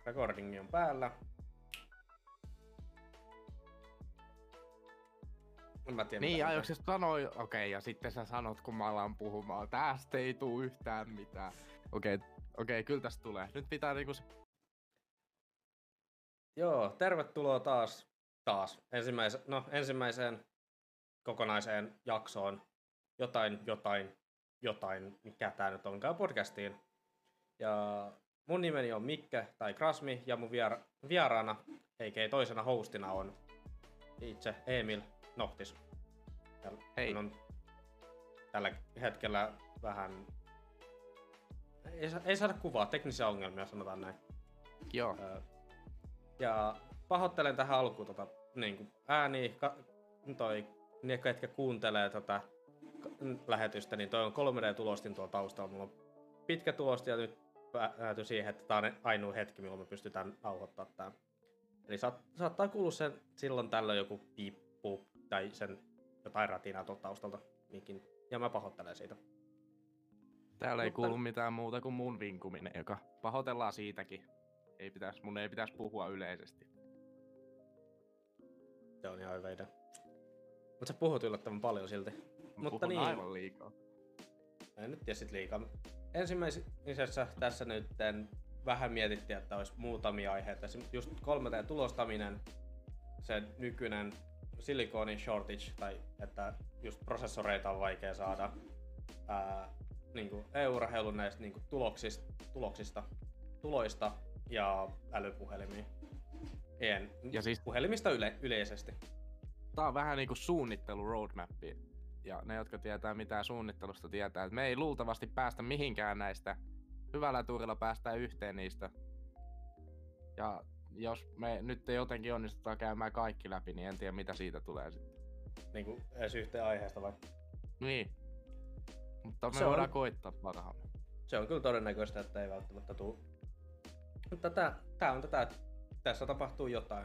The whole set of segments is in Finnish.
Recordingi on päällä. En mä tiedä, niin, aiotko sä sanoi, okei, ja sitten sä sanot, kun mä alan puhumaan, tästä ei tuu yhtään mitään. Okei, kyllä tästä tulee. Nyt pitää niinku se... Joo, tervetuloa taas ensimmäiseen kokonaiseen jaksoon. Jotain, mikä tää nyt onkaan podcastiin. Ja mun nimeni on Mikke tai Krasmi ja mun vieraana, eikä toisena hostina on itse Emil Nohtis. Hei. On tällä hetkellä vähän... Ei saada kuvaa, teknisiä ongelmia, sanotaan näin. Joo. Ja pahoittelen tähän alkuun niin ääniä, ne ketkä kuuntelee lähetystä, niin toi on 3D-tulostin tuolla taustalla. Mulla on pitkä tulosti ja nyt päätyi siihen, että tää on ainoa hetki, milloin me pystytään nauhoittamaan tää. Eli saattaa kuulua sen silloin tällöin joku piippu tai sen jotain ratinaa tuolta taustalta. Ja mä pahoittelen siitä. Täällä ei kuulu mitään muuta kuin mun vinkuminen, joka pahoitellaan siitäkin. Mun ei pitäisi puhua yleisesti. Se on ihan hyvä idea. Mut sä puhut yllättävän paljon silti. Mutta niin. Aivan liikaa. En nyt tiedä sit liikaa. Ensimmäisessä tässä nyt vähän mietittiin, että olisi muutamia aiheita. Just 3D-tulostaminen, se nykyinen silikoonin shortage, tai että just prosessoreita on vaikea saada. Niinku EU-urheilun näistä niinku tuloista ja älypuhelimiin. Ja siis puhelimista yleisesti. Tää on vähän niinku suunnittelu roadmappi. Ja ne, jotka tietää mitään suunnittelusta, tietää, että me ei luultavasti päästä mihinkään näistä. Hyvällä tuurilla päästään yhteen niistä. Ja jos me nyt ei jotenkin onnistutaan käymään kaikki läpi, niin en tiedä mitä siitä tulee sitten. Niinku edes yhteen aiheesta vai? Niin. Mutta me voidaan koittaa parhaamme. Se on kyllä todennäköistä, että ei välttämättä tule. Mutta tää on tätä, että tässä tapahtuu jotain.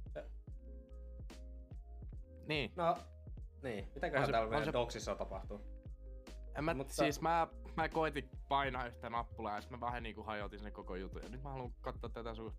Niin. No, niin. Mitäköhän täällä meidän doksissa tapahtuu? Mä koitin painaa yhtä nappulaa ja sit mä vähän niinku hajotin sen koko jutun. Ja nyt mä haluan katsoa tätä sun...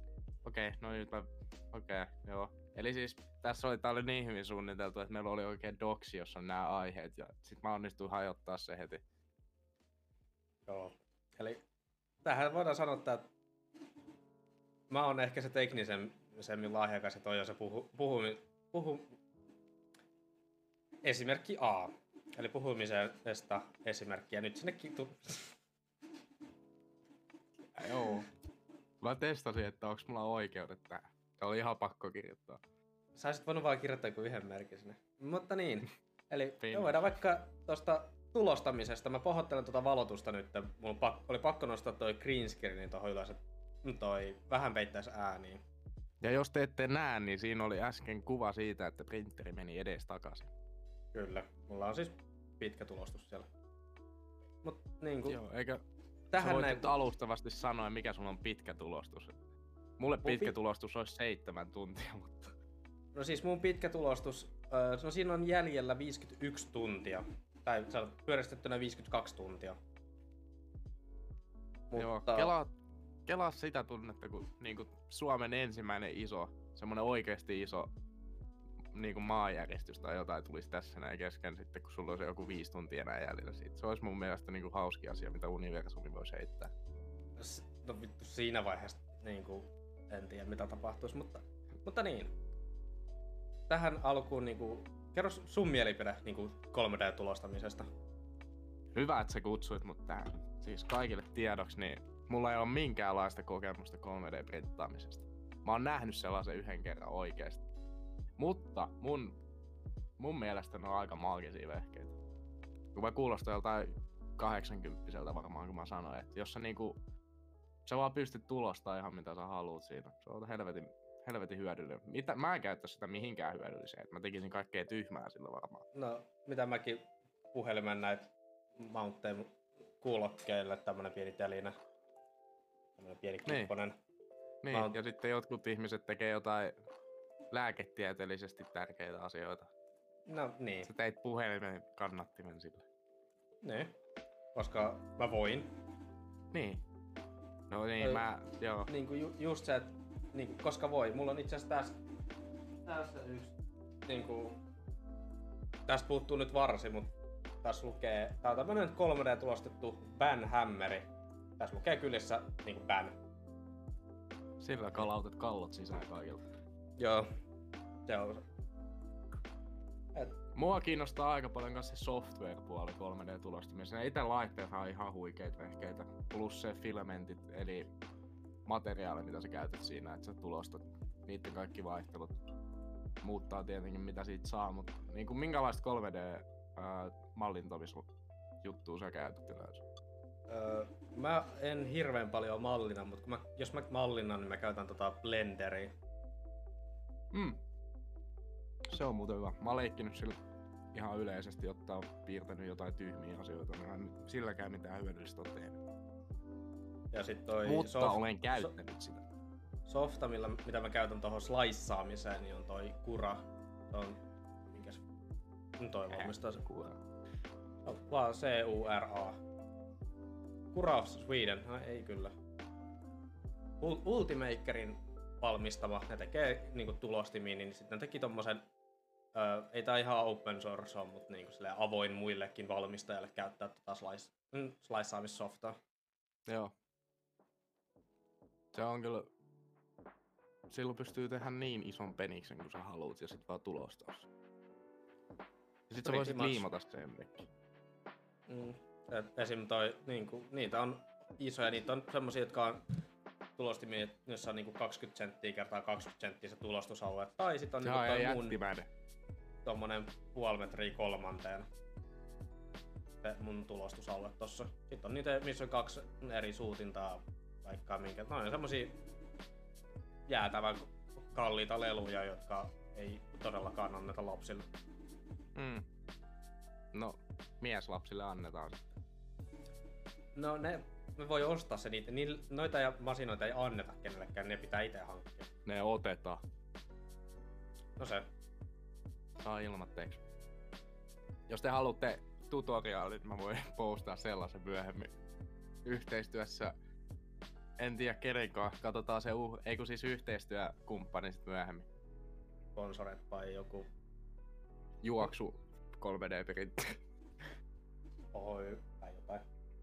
Joo. Eli siis tää oli niin hyvin suunniteltu, että meillä oli oikein doksi, jossa on nämä aiheet. Ja sit mä onnistuin hajottaa se heti. Joo. Eli tähän voidaan sanoa, että mä oon ehkä se teknisemmin lahjakas ja toi on se puhu esimerkki A. Eli puhumisesta esimerkkiä. Nyt sinne Joo. Mä testasin, että onks mulla oikeudet tähän. Se oli ihan pakko kirjoittaa. Saisit voinut vaan kirjoittaa kuin yhden merkin sinne. Mutta eli voidaan vaikka tosta tulostamisesta. Mä pahoittelen tuota valotusta nyt. Mulla oli pakko nostaa toi green screenin tohon ylös, että toi vähän peittäisi ääniin. Ja jos te ette näe, niin siinä oli äsken kuva siitä, että printeri meni edes takaisin. Kyllä. Mulla on siis pitkä tulostus siellä. Mut niinku... Joo, eikö... Tähän sä voit alustavasti sanoa, mikä sulla on pitkä tulostus. Mulle pitkä tulostus olisi 7 tuntia, mutta... No siis mun pitkä tulostus, no siinä on jäljellä 51 tuntia. Tai se on pyöristettynä 52 tuntia. Mutta... Joo, kelaa sitä tunnetta, kun niinku Suomen ensimmäinen semmonen oikeesti iso niinku maanjäristys tai jotain tulisi tässä näin kesken sitten, kun sulla olisi joku 5 tuntia enää jäljellä siitä. Se olisi mun mielestä niinku hauski asia, mitä universumi voisi heittää. No vittu, siinä vaiheessa niinku, en tiedä mitä tapahtuisi, mutta niin. Tähän alkuun niinku, kerro sun mielipide niinku 3D-tulostamisesta. Hyvä, että sä kutsuit mut tähän. Siis kaikille tiedoksi, niin mulla ei ole minkäänlaista kokemusta 3D-printtaamisesta. Mä oon nähnyt sellaisen yhden kerran oikeesti. Mutta mun mielestä ne on aika maagisia vehkeitä. Kun mä kuulostan joltain 80-vuotiaalta varmaan, kun mä sanoin, että jos sä vaan pystyt tulostamaan ihan mitä sä haluut siinä. Se on helvetin hyödyllinen. Mä en käyttäisi sitä mihinkään hyödylliseen. Mä tekisin kaikkea tyhmää sillä varmaan. No, mitä mäkin puhelimen näitä mountteja kuulokkeille, tämmönen pieni teline. Tämmönen pieni kipponen. Niin, ja sitten jotkut ihmiset tekee jotain lääketieteellisesti tärkeitä asioita. No niin. Sä teit puhelimen kannattimen sille. Niin, koska mä voin. Niin. No niin, joo. Niinku just se, että niinku, koska voi. Mulla on itse asiassa tässä yksi niinku, tästä puuttuu nyt varsi, mutta tässä lukee, tää on tämmönen 3D-tulostettu Banhammeri. Tässä lukee kylissä niinku Ban. Sillä kalautet kallot sisään kaikilta. Joo, se on. Mua kiinnostaa aika paljon myös se software-puoli 3D-tulostamisessa. Itse laitteet on ihan huikeita vehkeitä. Plus se filamentit, eli materiaali, mitä sä käytät siinä, että sä tulostat. Niitten kaikki vaihtelut muuttaa tietenkin, mitä siitä saa, mutta niin minkälaista 3D-mallintamisjuttua sä käytät yleensä? Mä en hirveän paljon mallina, mutta jos mä mallinnan, niin mä käytän Blenderia. Se on muuten hyvä. Mä oon leikkinyt sillä ihan yleisesti, ottaa piirtänyt jotain tyhmiä asioita. Mä en silläkään mitään hyödyllistä ole tehnyt. Ja sit toi mutta olen käyttänyt sitä. Softa, mitä mä käytän tuohon sliceaamiseen, niin on toi Cura. Se on, minkäs toi valmistaa se? Cura. Vaan C-U-R-A. Cura of Sweden, no ei kyllä. Ultimakerin valmistama, ne tekee niinku tulostimiin, niin sitten ne teki tommosen, ei tää ihan open source on, mutta niinku avoin muillekin valmistajille käyttää sliceaamissoftaa. Joo. Se on kyllä, silloin pystyy tehdä niin ison peniksen kuin sä haluut ja sit vaan tulostaa sen. Ja sit sä voisit liimata sen mekki. Esim. Niitä on isoja, niitä on semmosia, jotka on tulostimia, jossa on niinku 20 senttiä kertaa 20 senttiä se tulostusalue. Tai sit on niinku toi mun tommonen puoli metriä kolmanteen se mun tulostusalue tossa. Sitten on niitä, missä on 2 eri suutintaa, vaikka minkä. No on semmosia jäätävän kalliita leluja, jotka ei todellakaan anneta lapsille. No, mieslapsille annetaan sitten. No me voi ostaa se niitä. Noita ja masinoita ei anneta kenellekään, ne pitää itse hankkia. Ne otetaan. No se. Saa ilmatteeksi. Jos te haluatte tutoriaalit, mä voin postaa sellaisen myöhemmin. Yhteistyössä. En tiedä kenenkaan. Katsotaan se siis yhteistyökumppani sit myöhemmin. Sponsoret vai joku. Juoksu 3D-printti. Oi, tai jotain.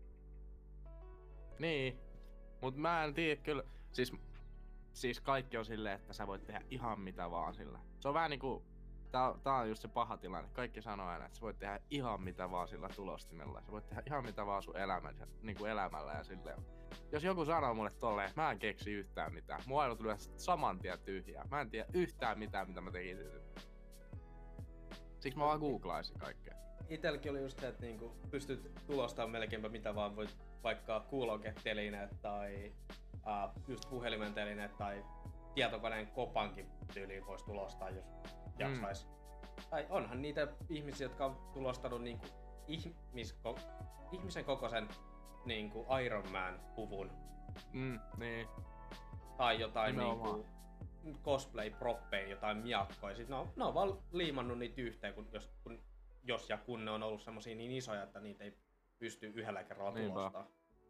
Niin. Mut mä en tiedä kyllä. Siis kaikki on silleen, että sä voit tehdä ihan mitä vaan sillä. Se on vähän niinku. Tää on just se paha tilanne. Kaikki sanoo aina, että sä voit tehdä ihan mitä vaan sillä tulostimella. Sä voit tehdä ihan mitä vaan sun elämällä ja silleen. Jos joku sanoo mulle tolleen, mä en keksi yhtään mitään. Mua aina tulee saman tien tyhjää. Mä en tiedä yhtään mitään, mitä mä tekisin. Siksi mä vaan googlaisin kaikkea. Itelläkin oli just se, että niinku pystyt tulostamaan melkeinpä mitä vaan. Voit vaikka kuuloketelineet tai just puhelimen telineet tai tietokoneen kopankin tyyliin vois tulostaa, jos jaksais. Tai onhan niitä ihmisiä, jotka on tulostanut niinku ihmisen kokoisen niinku Iron Man -puvun. Niin. Tai jotain niinku cosplay-proppeja, jotain miakkoja. Sit ne on vaan liimannut niitä yhteen, jos ja kun ne on ollut semmosia niin isoja, että niitä ei pysty yhdellä kerralla tulostamaan.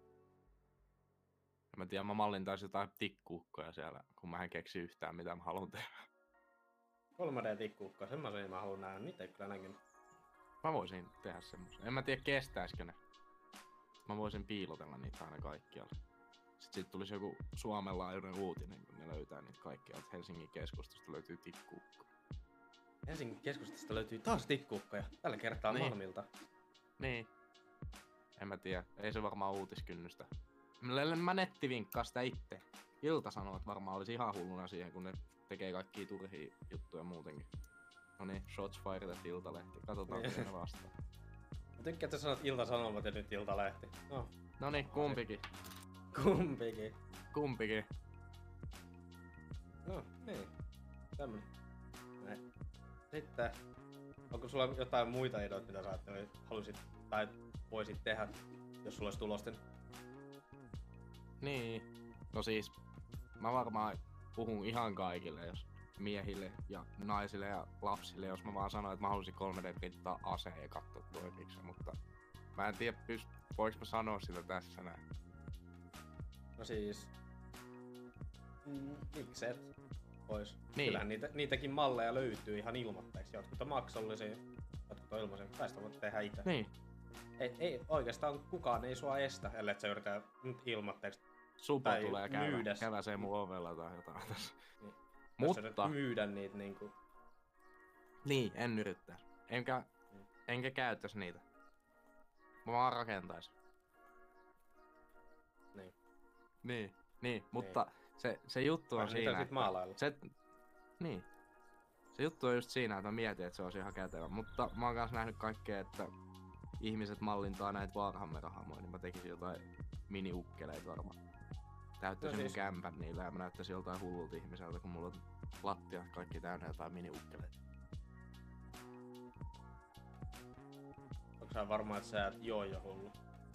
Mä tiedän, mä mallintaisin jotain tikkuukkoja siellä, kun mä en keksi yhtään mitä mä haluan tehdä. 3D-tikkuukkoja, semmosia mä haluan nähdä, niitä ei kyllä näkynyt. Mä voisin tehdä semmosen. En mä tiedä kestäisikö ne. Mä voisin piilotella niitä aina kaikkialle. Sitten tulisi joku Suomen laajuinen uutinen, kun ne löytää niitä kaikkialta. Helsingin keskustasta löytyy tikkuukkoja. Helsingin keskustasta löytyy taas tikkuukkoja. Tällä kertaa Malmilta. Niin. En mä tiedä. Ei se varmaan uutiskynnystä. Mä nettivinkkaa sitä itse. Ilta-Sanomat varmaan olisi ihan hulluna siihen, kun ne tekee kaikkia turhia juttuja muutenkin. Noniin, shots fired at Iltalehti. Katsotaan, mitä ne vastaa. Mä tykkään, että sanot Ilta-Sanomat ja nyt Iltalehti. Noniin, kumpikin. Kumpikin. No, niin. Tämmönen. Näin. Sitten, onko sulla jotain muita ideoita, mitä sä haluaisit tai voisit tehdä, jos sulla olisi tulosten? Niin. No siis, mä varmaan puhun ihan kaikille, jos miehille ja naisille ja lapsille, jos mä vaan sanoin, että mä haluaisin 3D-printtaa aseen ja katsoa toimiksi, mutta mä en tiedä, voinko mä sanoa sitä tässä näin. No siis... mikset pois. Niin. Kyllähän niitäkin malleja löytyy ihan ilmatteeksi. Jotkut on maksullisia, jotkut on ilmaisia. Kai sitä voit tehdä itse. Niin. Ei oikeastaan kukaan ei sua estä, ellei sä yritä ilmatteeksi. Supo Tai tulee myydä. käväsee mun ovella tai jotain tässä. Niin. Mutta... myydä niitä niinku... Niin, en yrittäis. Enkä käyttäis niitä. Mä vaan rakentais. Niin, mutta se juttu on siinä, että... Niin. Se juttu on just siinä, että mä mietin, että se olisi ihan kätevä. Mutta mä oon kans nähnyt kaikkea, että ihmiset mallintaa näitä Warhammer-hahmoja, niin mä tekisin jotain mini-ukkeleita varmaan. Täyttäisin mun kämpän niillä ja mä näyttäisin joltain hullulta ihmiseltä, kun mulla on lattia kaikki täynnä jotain mini-ukkeleita. Onko sä varma, että sä et jo hullu?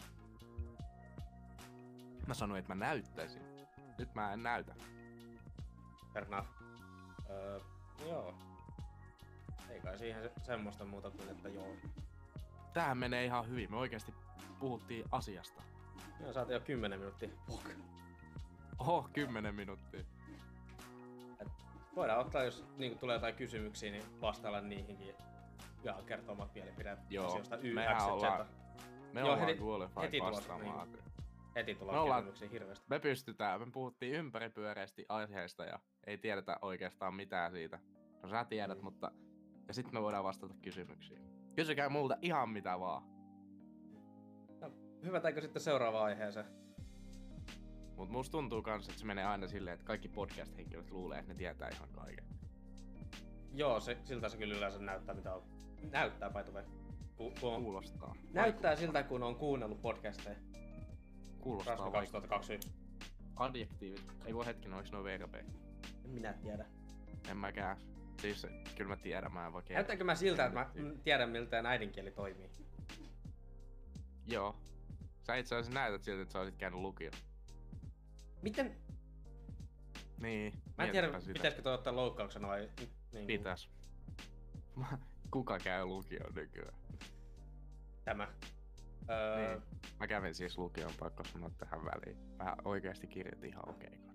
Mä sanoin, että mä näyttäisin. Nyt mä en näytä. Fair enough. Joo. Ei kai siihen semmoista muuta kuin, että joo. Tämähän menee ihan hyvin. Me oikeasti puhuttiin asiasta. Joo, saatiin jo 10 minuuttia. Oho, 10 minuuttia. Voidaan ottaa, jos niin tulee jotain kysymyksiä, niin vastailla niihinkin. Ja kertoa omat mielipiteet asioista Me ollaan qualified vastaamaan. Heti tullaan kysymyksiä hirveästi. Me puhuttiin ympäripyöreästi aiheesta ja ei tiedetä oikeastaan mitään siitä. No sä tiedät, mutta... Ja sitten me voidaan vastata kysymyksiin. Kysykää multa ihan mitä vaan. No, hyvätäänkö sitten seuraavaan aiheeseen? Mut musta tuntuu kans, että se menee aina silleen, että kaikki podcast-henkilöt luulee, että ne tietää ihan kaiken. Joo, siltä se kyllä yleensä näyttää, mitä on. Näyttää, by the way. Kuulostaa. Näyttää siltä, kun on kuunnellut podcasteja. Kuulostaa Rasmo 2020. Adjektiivit. Ei voi hetkinen, oiks noi verbeja? En minä tiedä. En mäkään. Siis kyllä mä tiedän, mä en voi kertoa. Näyttääkö mä siltä, että mä tiedän miltä äidinkieli toimii? Joo. Sä itse asiassa näytät siltä, että sä olisit käynyt lukion. Miten? Niin. Mä en tiedä, pitäisikö toi ottaa loukkauksena vai... Niin pitäis. Kuka käy lukion nykyään? Tämä. Niin. Mä kävin siis lukion, pakko sanoa tähän väliin. Mä oikeesti kirjoitin ihan okeikon.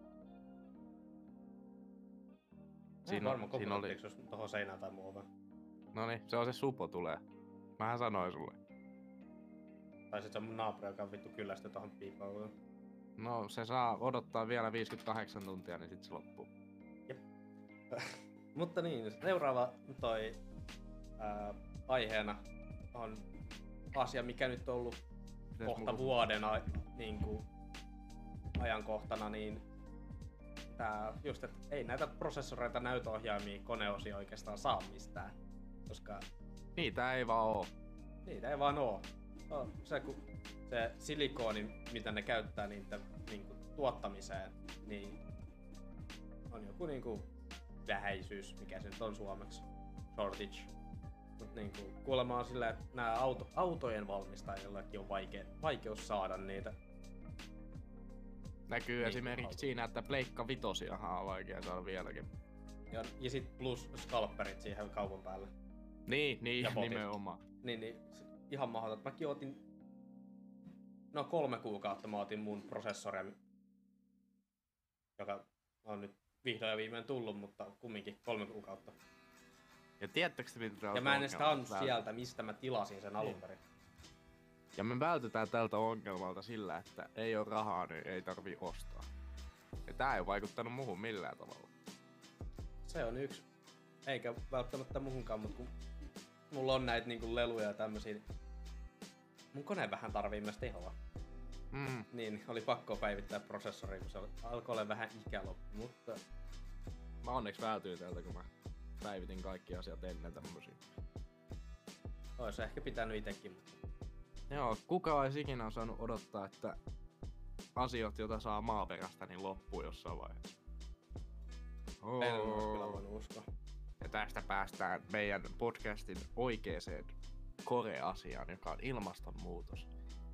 Siinä oli... jos tohon seinään tai muuta. Noniin, se on se supo tulee. Mähän sanoin sulle. Tai sit se on mun naapuri, joka on vittu kyllästy tohon piipauun. No se saa odottaa vielä 58 tuntia, niin sit se loppuu. Jep. Mutta niin, seuraava toi aiheena on asia, mikä nyt on ollut kohta vuoden ajankohtana, niin tää just, että ei näitä prosessoreita, näytöohjaimia, koneosia oikeastaan saa mistään, koska... Niitä ei vaan oo. Niitä ei vaan oo. Se silikooni, mitä ne käyttää niiden tuottamiseen, niin on joku vähäisyys, mikä se nyt on suomeksi. Shortage. Mut kuulemma on sillä, että nää autojen valmistajillakin on vaikeus saada niitä. Näkyy esimerkiksi siinä, että Pleikka Vitosiahan on vaikea saada vieläkin. Ja sit plus scalperit siihen kaupan päälle. Niin, nimenomaan. Niin, ihan mahdotonta. Mäkin otin 3 kuukautta mä otin mun prosessoria, joka on nyt vihdoin ja viimein tullut, mutta kumminkin 3 kuukautta. Ja tiedättekö mitä ja mä en edes tannut sieltä, mistä mä tilasin sen alun perin. Ja me vältytään tältä ongelmalta sillä, että ei ole rahaa, niin ei tarvii ostaa. Ja tää ei vaikuttanut muuhun millään tavalla. Se on yksi. Eikä välttämättä muuhunkaan, mutta kun mulla on näitä leluja ja tämmösiä, mun kone vähän tarvii myös tehoa. Niin, oli pakko päivittää prosessori, kun se alkoi olla vähän ikäloppu, mutta... Mä onneksi vältyin tältä, kun mä päivitin kaikki asiat ennen tämmösiä. Ois ehkä pitänyt itekin. Joo, kuka olisi ikinä osannut odottaa, että asiat, joita saa maaperästä, niin loppuu jossain vaiheessa. En oo kyllä voinut uskoa. Ja tästä päästään meidän podcastin oikeeseen core-asiaan, joka on ilmastonmuutos.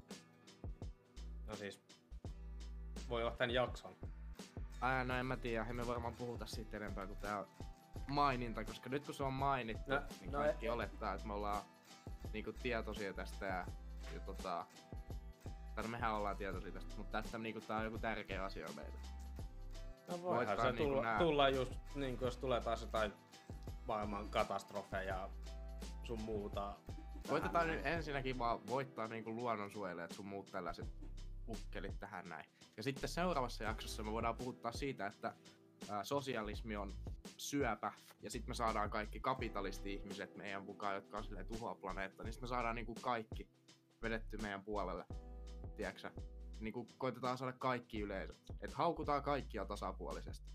No siis, voi olla tän jakson. No en mä tiedä, emme varmaan puhuta siitä enempää kuin tää maininta, koska nyt kun se on mainittu, niin kaikki olettaa, että me ollaan tietoisia tästä ja Tai mehän ollaan tietoisia tästä, mutta tästä niinku tää on joku tärkeä asia meille. No voihan se niinku tulla just niinku jos tulee taas jotain maailman katastrofeja ja sun muuta. Koitetaan nyt ensinnäkin vaan voittaa niinku luonnonsuojelijat sun muut tällaiset ukkelit tähän näin. Ja sitten seuraavassa jaksossa me voidaan puhuttaa siitä, että sosialismi on syöpä, ja sitten me saadaan kaikki kapitalisti-ihmiset meidän mukaan, jotka on silleen tuhoa planeetta, niin sitten me saadaan niinku kaikki vedetty meidän puolelle, tiedätkö? Niinku koitetaan saada kaikki yleisöt, että haukutaan kaikkia tasapuolisesti.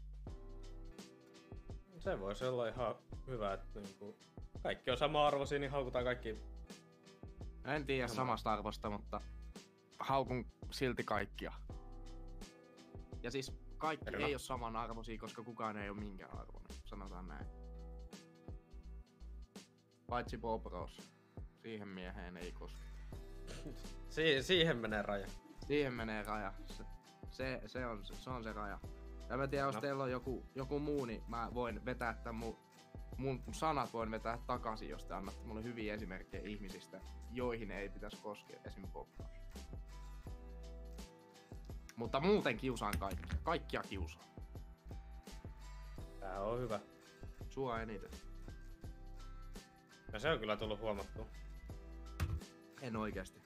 Se voisi olla ihan hyvä, että niinku kaikki on sama-arvoisia, niin haukutaan kaikki. En tiedä samasta arvosta, mutta haukun silti kaikkia. Ja siis kaikki ei ole samanarvoisia, koska kukaan ei ole minkään arvoinen, sanotaan näin. Paitsi Bob Ross. Siihen mieheen ei koske. Siihen menee raja. Siihen menee raja. Se on se raja. Ja mä tiedän, jos teillä on joku muu, niin mä voin vetää tämän mun sanat voin vetää takaisin, jos te annatte mulle hyviä esimerkkejä ihmisistä, joihin ei pitäisi koskea, esim. Bob Ross. Mutta muuten kiusaan kaikkia. Kaikkia kiusaan. Tää on hyvä. Sua eniten. Ja se on kyllä tullut huomattua. En oikeesti.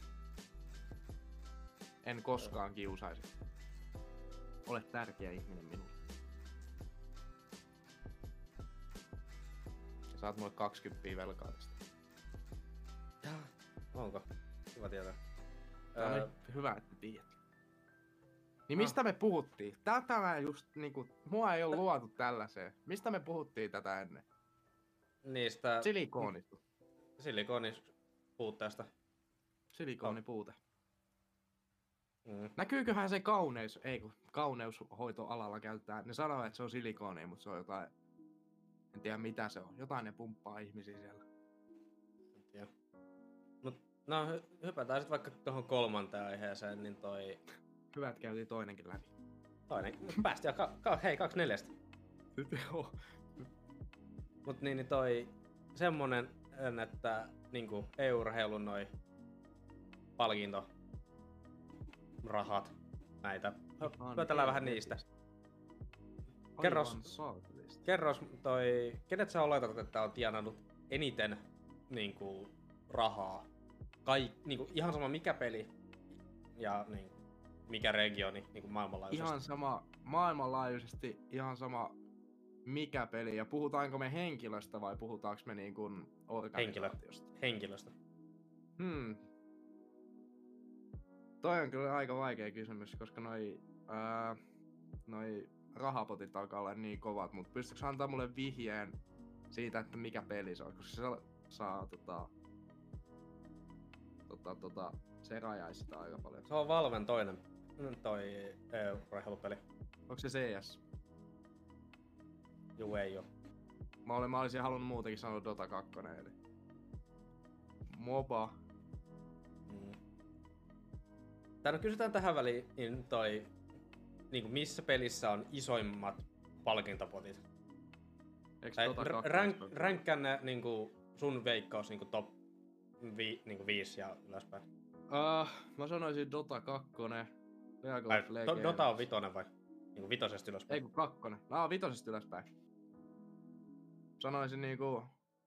En koskaan kiusaisi. Olet tärkeä ihminen minulle. Ja saat mulle 20 velkaa tästä. Onko? Kiva tietää. Hyvä, että tiedät. Niin mistä me puhuttiin? Tätä mä just niinku, mua ei oo luotu tällaiseen. Mistä me puhuttiin tätä ennen? Niistä... Silikoonista. Silikoonipuutteesta. Silikoonipuute. Näkyyköhän se kauneushoitoalalla käyttää. Ne sanoo, että se on silikoonia, mutta se on jotain... En tiedä mitä se on. Jotain ne pumppaa ihmisiä siellä. En tiedä. No hypätään sit vaikka tuohon kolmanteen aiheeseen, niin toi... Hyvä, että käytiin toinenkin läpi. Päästiin hei, 2/4. Joo. Mut niin toi semmonen, että niinku EU-urheilun noi palkintorahat, näitä. Hyötellään vähän niistä. Kerros toi, kenet sä oletat, että on tienannut eniten niinku rahaa? Niinku ihan sama mikä peli ja niinku mikä regioni niinku maailmanlaajuisesti. Ihan sama maailmanlaajuisesti, ihan sama mikä peli. Ja puhutaanko me henkilöstä vai puhutaanko me niin kuin organisaatiosta? Henkilöstä. Toi on kyllä aika vaikea kysymys, koska noi rahapotit alkaa olla niin kovat, mutta pystytkö antaa mulle vihjeen siitä, että mikä peli se on? Koska se saa se rajaisi sitä aika paljon. Se on Valven toinen toi EU-urheilupeli. Onko se CS? Juu, ei oo. Mä olisin halunnut muutenkin sanoa Dota 2, eli MOBA. Tää kysytään tähän väliin, niin toi niinku missä pelissä on isoimmat palkintopotit? Eikö Dota 2? Ränkkää ne niinku sun veikkaus niinku top 5 ja ylöspäin. Mä sanoisin Dota 2, League of Legends. Dota on 5 vai? Niinku 5 ylöspäin. Ei kun 2. 5 ylöspäin. Sanoisin niinku...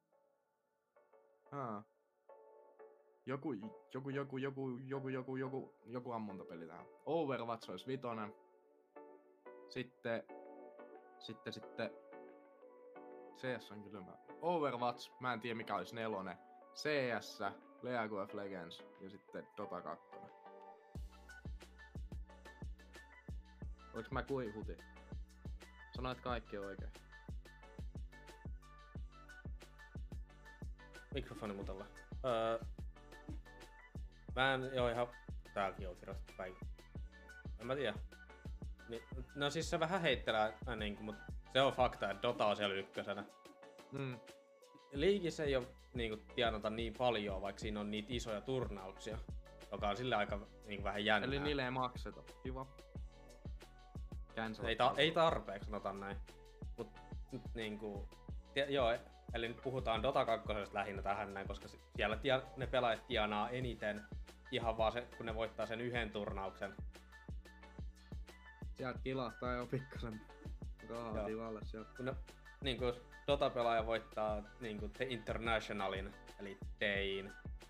Joku ammuntapeli tähän. Overwatch olisi 5. Sitten... CS on kyllä mä. Overwatch, mä en tiedä mikä olisi 4. CS, League of Legends ja sitten Dota 2. Oliko mä huti? Sanoit kaikki oikein. Mikrofoni mutella. Mä en oo ihan... Täälläkin on kirjoitettu päin. En mä tiedä. No siis se vähän heittelee niinku, mut se on fakta, että Dota on siellä ykkösenä. Liigissä ei oo niinku tienata niin paljon, vaikka siinä on niitä isoja turnauksia. Joka on sille aika niinku vähän jännää. Eli niille ei makseta. Kiva. Ei tarpeeksi, sanotaan näin. Mut niinku... Joo, eli nyt puhutaan Dota 2 lähinnä tähän näin, koska siellä ne pelaajat tienaa eniten. ihan vaan se, kun ne voittaa sen yhden turnauksen. Sieltä kilahtaa jo pikkasen rahaa tilalle sieltä. Kun ne, niinku Dota-pelaaja voittaa niinku The Internationalin, eli TIin.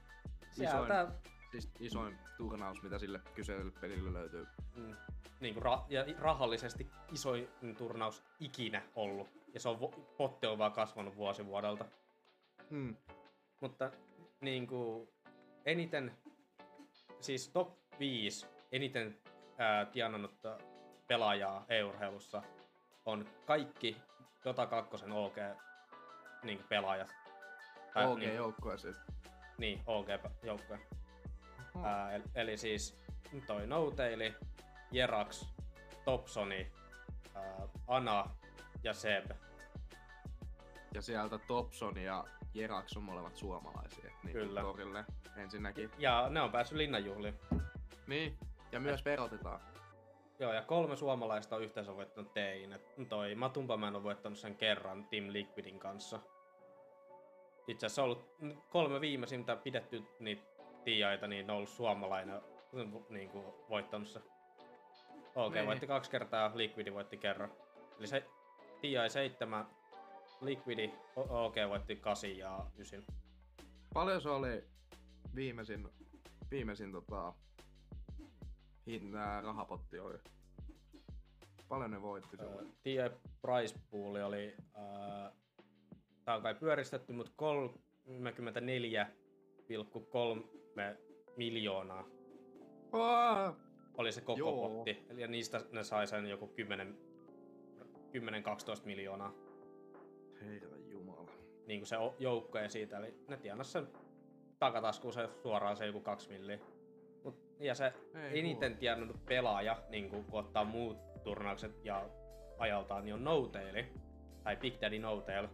Isoin turnaus, mitä sille kyseilylle pelille löytyy. Niinku rahallisesti isoin turnaus ikinä ollut. Ja se on potti on vaan kasvanut vuosi vuodelta. Mutta niinku eniten, siis top 5 eniten tienannutta pelaajaa e-urheilussa on kaikki Dota 2 OG niinku pelaajat. OG-joukkoja siis. Niin, OG-joukkoja. Eli siis toi Noutaili, Jerax, Topsoni, Ana ja Seb. Ja sieltä Topson ja Jerax on molemmat suomalaisia. Niin kyllä. Torille ensinnäkin. Ja ne on päässyt linnanjuhliin. Niin, ja myös verotetaan. Joo, ja 3 suomalaista on yhteensä voittanut TIin. Toi Matumpaman on voittanut sen kerran Team Liquidin kanssa. Itse asiassa on ollut 3 viimeisintä pidetty niitä TIaita, niin ne on ollut suomalainen niin kuin voittanut se. OG voitti 2 kertaa, Liquidi voitti kerran. Eli se TI 7, Liquidi, OG voitti 8 ja 9. Paljon se oli viimeisin rahapotti oli? Paljon ne voitti silloin? TI price pool oli, tää on kai pyöristetty, mutta 34,3 miljoonaa. Oli se koko potti. Ja niistä ne sai sen joku 10-12 miljoonaa. Herra jumala. Niin kuin se joukkoja siitä, eli ne tienas sen takataskuun se suoraan se joku 2 milliä. Ja se eniten tienannut pelaaja, niin kun ottaa muut turnaukset ja ajaltaan, niin on Noutaili. Tai Big Daddy Noutail.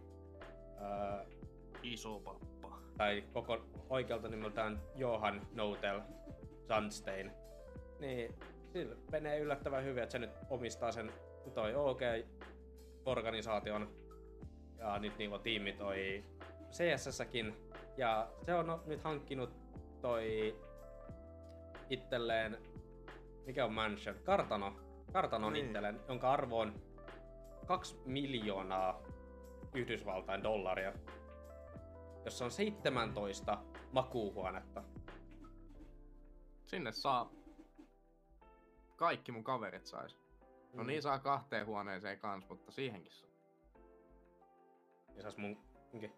Iso pappa. Tai koko oikealta nimeltään Johan Noutail Sandstein. Niin sillä menee yllättävän hyvin, että se nyt omistaa sen toi OG-organisaation. Ja nyt niinku tiimi toi CSS-säkin. Ja se on nyt hankkinut toi itselleen, mikä on Mansion? Kartanon niin. Itselleen, jonka arvo on 2 miljoonaa Yhdysvaltain dollaria, jossa on 17 makuuhuonetta. Sinne saa kaikki mun kaverit sais. No niin saa 2 huoneeseen kans, mutta siihenkin saa. Ja sais munkin.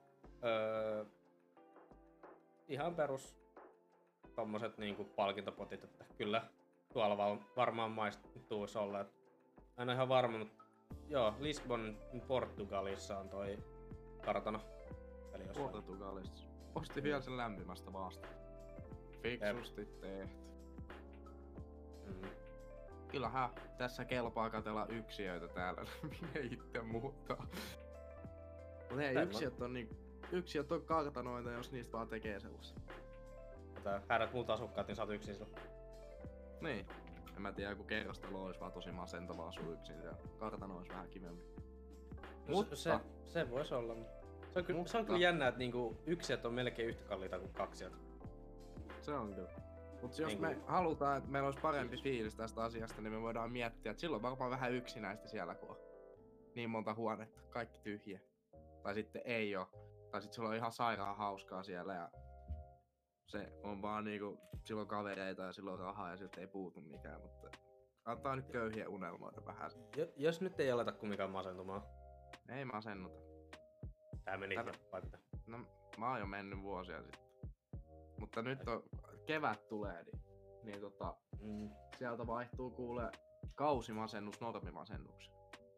Ihan perus tommoset niinku palkintopotit, että kyllä tuolla varmaan maistuisi olla. En ole ihan varma, mutta joo, Lisbon Portugalissa on toi kartano. Eli Portugalissa. Osti vielä sen lämpimästä vasta. Fiksusti tehty. Kyllähän tässä kelpaa katsella yksiöitä täällä, minne itse muuttaa. Mut hei, yksiöt on kartanoita, jos niistä vaan tekee sellaisia. Häärät muut asukkaat, niin sä oot yksin sillä. Niin. En mä tiedä, kun kerrostalo olisi vaan tosi masentavaa asua yksin ja kartano olisi vähän kivempi. Mutta se voisi olla. Se on kyllä jännä, että niinku yksiöt on melkein yhtä kalliita kuin kaksijat. Se on kyllä. Mutta jos me halutaan, että meillä olisi parempi fiilis tästä asiasta, niin me voidaan miettiä, että silloin varmaan vähän yksinäistä siellä, kun on niin monta huonetta, kaikki tyhjiä. Tai sitten ei oo. Tai sitten sulla on ihan sairaan hauskaa siellä ja se on vaan niinku, silloin kavereita ja silloin rahaa ja siltä ei puutu mikään, mutta antaa nyt köyhiä unelmoida vähän. Jos nyt ei aleta kumminkaan masentumaan. Ei masennuta. Tää meni vaikka. No mä oon jo mennyt vuosia sitten. Mutta nyt on, kevät tulee, niin sieltä vaihtuu kuule kausimasennus normimasennuksen.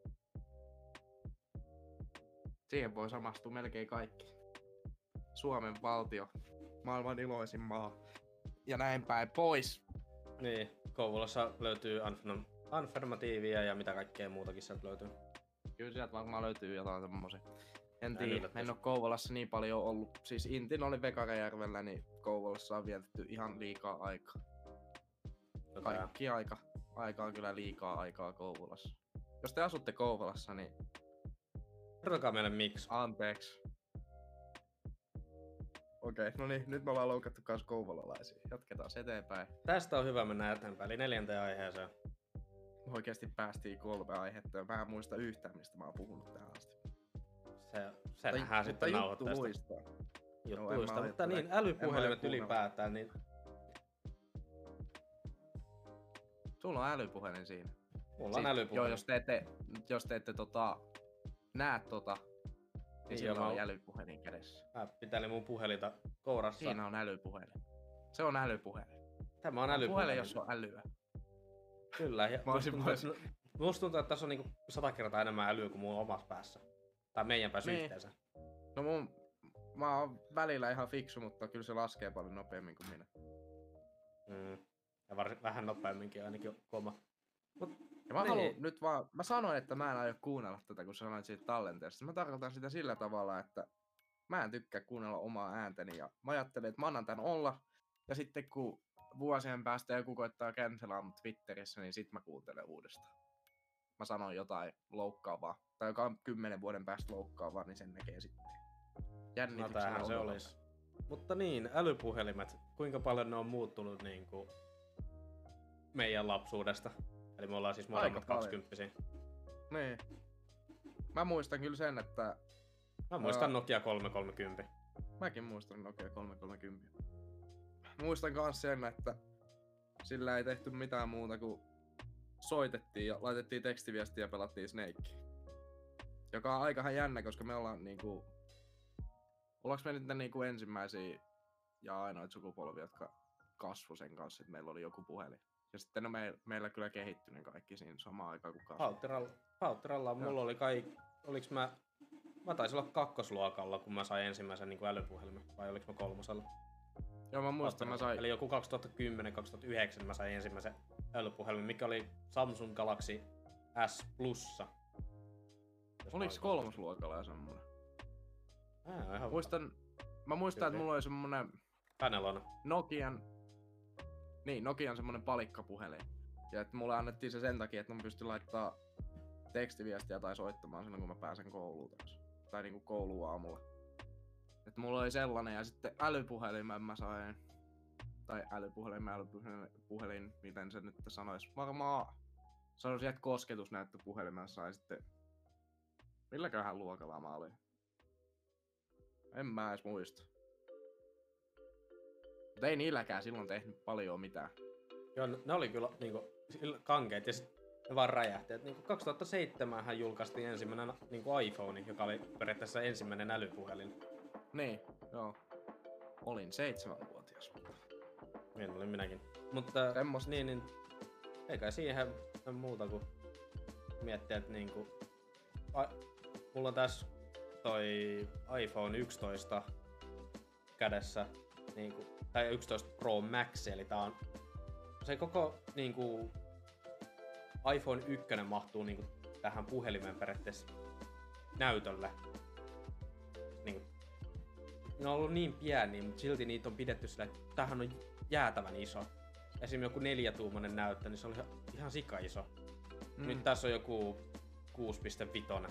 Siihen voi samastua melkein kaikki. Suomen valtio, maailman iloisin maa. Ja näin päin pois. Niin, Kouvolassa löytyy Anfermatiivia ja mitä kaikkea muutakin sieltä löytyy. Kyllä sieltä varmaan löytyy jotain tommosia. En tiedä, en oo Kouvolassa niin paljon ollut. Siis Intin oli Vekarajärvellä, niin Kouvolassa on vietetty ihan liikaa aikaa. Kaikki aika on kyllä liikaa aikaa Kouvolassa. Jos te asutte Kouvolassa, niin kertokaa meille miksi. Anteeksi. Okei, no niin, nyt me ollaan loukattu kans kouvolalaisia. Jatketaan eteenpäin. Tästä on hyvä mennä eteenpäin, eli 4. aiheeseen. Me oikeesti päästiin 3 aihetta ja mä en muista yhtään, mistä mä oon puhunut tähän asti. Se nähdään sitten nauhoitteesta. Juttuista, mutta niin, älypuhelimet ylipäätään, niin... Sulla on älypuhelin siinä. Mulla on älypuhelin. Joo, jos te ette näe niin sillä on älypuhelin kädessä. Mä pitelin mun puhelinta kourassa. Siinä on älypuhelin. Se on älypuhelin. Tämä on älypuhelin. Puhelin, jos on älyä. Kyllä, ja musta tuntuu, että tässä on niinku 100 kertaa enemmän älyä kuin mun omassa päässä. Tai meidän päässä yhteensä. No mä oon välillä ihan fiksu, mutta kyllä se laskee paljon nopeammin kuin minä. Ja vähän nopeamminkin ainakin koma. Ja mä haluan nyt vaan, mä sanoin, että mä en aio kuunnella tätä, kun sanoit siitä tallenteesta. Mä tarkoitan sitä sillä tavalla, että mä en tykkää kuunnella omaa ääntäni ja mä ajattelen, että mä annan tän olla. Ja sitten kun vuosien päästä joku koittaa cancelaa mut Twitterissä, niin sit mä kuuntelen uudestaan. Mä sanon jotain loukkaavaa, tai joka on 10 vuoden päästä loukkaavaa, niin sen näkee sitten. Jännityksellä no, se olisi. Mutta niin, älypuhelimet, kuinka paljon ne on muuttunut niinku meidän lapsuudesta? Eli me ollaan siis molemmat 20-vuotiaita. Niin. Mä muistan kyllä sen, että... Mä muistan Nokia 330. Mäkin muistan Nokia 330. Muistan kans sen, että sillä ei tehty mitään muuta kuin soitettiin ja laitettiin tekstiviestiä ja pelattiin Snakea. Joka on aikahan jännä, koska me ollaan niinku... Ollaanko me nyt niinku ensimmäisiä ja ainoita sukupolvia, jotka kasvoi sen kanssa, että meillä oli joku puhelin. Ja sitten no meillä kyllä kehittyi ne kaikki siinä samaan aikaan kuin kasvoi. Pautteralla mulla oli oliks mä taisin olla 2. kun mä sain ensimmäisen niin kuin älypuhelimen, vai oliks mä 3? Joo, mä muistan, mä sain... Eli joku 2010-2009 mä sain ensimmäisen älypuhelimen, mikä oli Samsung Galaxy S Plussa. Oliks 3. semmonen? Mä muistan, että mulla oli semmonen... Panelona. Nokian semmonen palikkapuhelin. Ja että mulle annettiin se sen takia, että mä pystyn laittaa tekstiviestiä tai soittamaan silloin, kun mä pääsen kouluun taas. Tai niinku kouluun aamulla. Että mulla oli sellainen ja sitten älypuhelimen mä sain. Tai älypuhelin, miten se nyt sanois. Varmaan sanoisin, että kosketusnäyttöpuhelimen sai sitten... Milläköhän luokalla mä olin? En mä edes muista. Mutta ei niilläkään silloin tehnyt paljon mitään. Joo, ne oli kyllä niinku kankeet ja sit ne vaan räjähti. Et niinku 2007 hän julkaistiin ensimmäinen niinku iPhone, joka oli periaatteessa ensimmäinen älypuhelin. Niin, joo. Olin 7-vuotias. Niin olin minäkin. Mutta semmosta. niin eikä siihen muuta kuin miettiä, että niinku... mulla on tässä toi iPhone 11 kädessä, niinku, tai 11 Pro Max, eli tää on se koko niinku iPhone 1 mahtuu niinku tähän puhelimeen periaatteessa näytölle. Niinku, ne on ollut niin pieniä, mutta silti niitä on pidetty sillä, että tämähän on jäätävän iso. Esimerkiksi joku 4-tuumainen näyttö, niin se oli ihan sika iso. Nyt tässä on joku 6.5.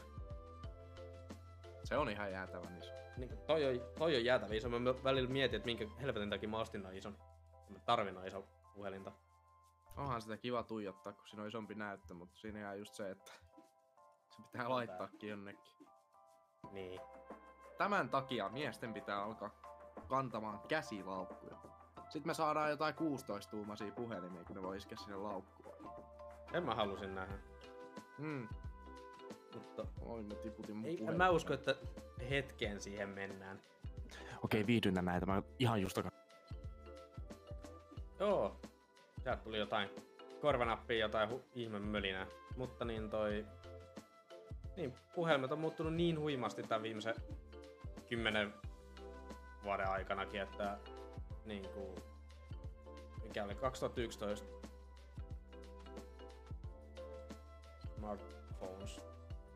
Se on ihan jäätävän iso. Niin, toi on jäätävän iso. Mä välillä mietin, että minkä helvetin takia mä ostin noin ison. Mä tarvin noin iso puhelinta. Onhan sitä kiva tuijottaa, kun siinä on isompi näyttö, mutta siinä jää just se, että se pitää laittaakin jonnekin. Niin. Tämän takia miesten pitää alkaa kantamaan käsilaukkuja. Sitten me saadaan jotain 16-tuumaisia puhelimia, kun ne voi iskeä sinne laukkuun. En mä halusin nähdä. Mutta oi, mä tiputin mun en mä usko, että hetkeen siihen mennään. Okei, viihdyntä näitä. Mä ihan just Joo. Sieltä tuli jotain korvanappia, jotain ihme mölinää. Mutta niin niin, puhelimet on muuttunut niin huimasti tämän viimeisen 10 vuoden aikanakin, että niinku... Mikä oli 2011? Smartphones.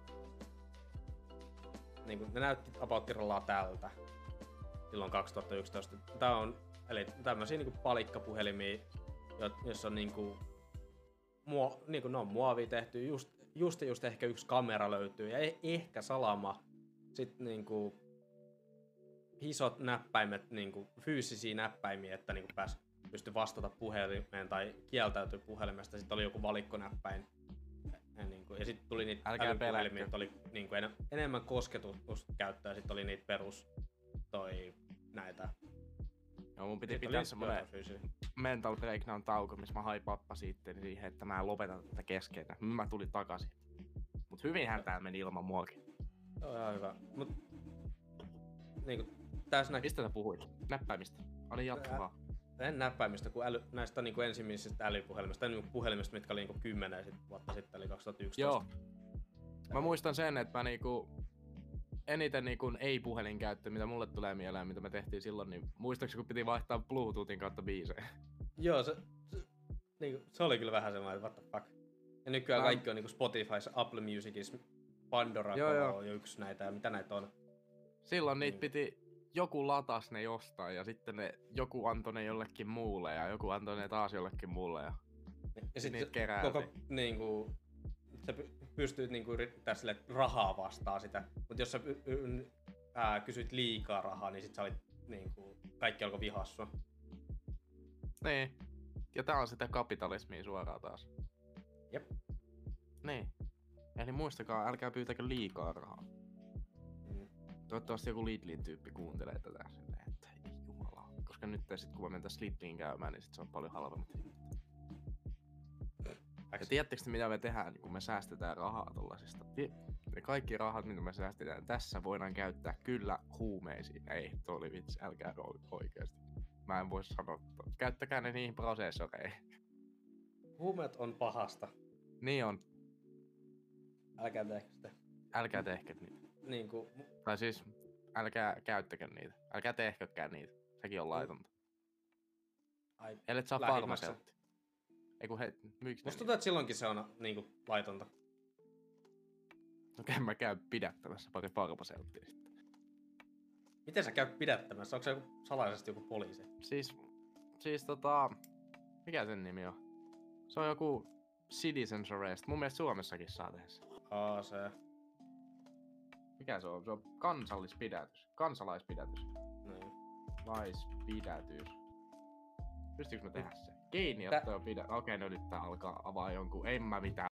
Niinku, ne näytti about tältä. Silloin 2011. Tää on, eli tämmösiä niinku palikkapuhelimia, jossa on niinku... niinku ne on muovia tehty, just ehkä yksi kamera löytyy ja ehkä salama. Sitten niinku... isot näppäimet, niinku fyysisiä näppäimiä, että niinku pystyi vastata puhelimeen tai kieltäytyi puhelimesta. Sitten oli joku valikkonäppäin. Ja sitten tuli niitä älypuhelimia, että oli niinku enemmän kosketuskäyttöä. Sitten oli niitä perus näitä. Joo, mun piti pitää semmonen mental breakdown tauko, missä mä hain pappa sitten siihen, että mä lopetan tätä kesken. Mä tulin takaisin. Mut hyvinhän tää meni ilman muakin. Joo, ihan hyvä. Mut niinku tässä mistä sä puhuit? Näppäimistä? Ali jatkaa. En näppäimistä, kun näistä niinku ensimmäisistä älypuhelimista, tai niinku puhelimista, mitkä oli niinku 10 vuotta sitten, eli 2011. Joo. Mä muistan sen, että mä niinku eniten niinku ei-puhelin käyttö, mitä mulle tulee mieleen, mitä me tehtiin silloin, niin muistaakseni kun piti vaihtaa Bluetoothin kautta biisejä? Joo, se oli kyllä vähän semmoinen, what the fuck. Ja nykyään kaikki on niinku Spotifys, Apple Musicissa, Pandora on jo yksi näitä, ja mitä näitä on. Silloin niitä piti, joku latas ne jostain, ja sitten joku antoi ne jollekin muulle, ja joku antoi ne taas jollekin muulle, ja sitten koko niinku, sä pystyt niinku yrittää sille rahaa vastaan sitä, mutta jos sä kysyt liikaa rahaa, niin sit sä olit niinku, kaikki alkoi vihassua. Niin, ja tää on sitä kapitalismia suoraan taas. Jep. Niin. Eli muistakaa, älkää pyytäkö liikaa rahaa. Toivottavasti joku Lidlin tyyppi kuuntelee tätä silleen, että ei jumala. Koska nyt sit kun me mentäis Lidliin käymään, niin sit se on paljon halvemmat hinnat. Ja tiedättekö mitä me tehdään, kun me säästetään rahaa tollasista? Ne kaikki rahat, mitä me säästetään tässä, voidaan käyttää kyllä huumeisiin. Ei, toi oli vitsi, älkää oikeesti. Mä en voi sanoa, käyttäkää ne niihin prosessoreihin. Huumeet on pahasta. Niin on. Älkää tehkö sitä. Älkää tehkö niitä. Niinku... Tai siis, älkää käyttäkö niitä. Älkää tehkökään niitä. Sekin on laitonta. Ellet saa farmaseutti. Eiku myyks musta tuntuu, että silloinkin se on niinku laitonta. Okei, mä käyn pidättämässä pari farmaseuttia sitten. Miten sä käyt pidättämässä? Onko se joku salaisesti joku poliisi? Siis mikä sen nimi on? Se on joku citizen's arrest. Mun mielestä Suomessakin saa tehdä se. Se. Mikä se on? Se on kansallispidätys. Kansalaispidätys. Niin. Laispidätys. Pystyykö mä tehdä se? Kiinniotto on Okei, no nyt tää alkaa avaa jonkun. En mä mitään.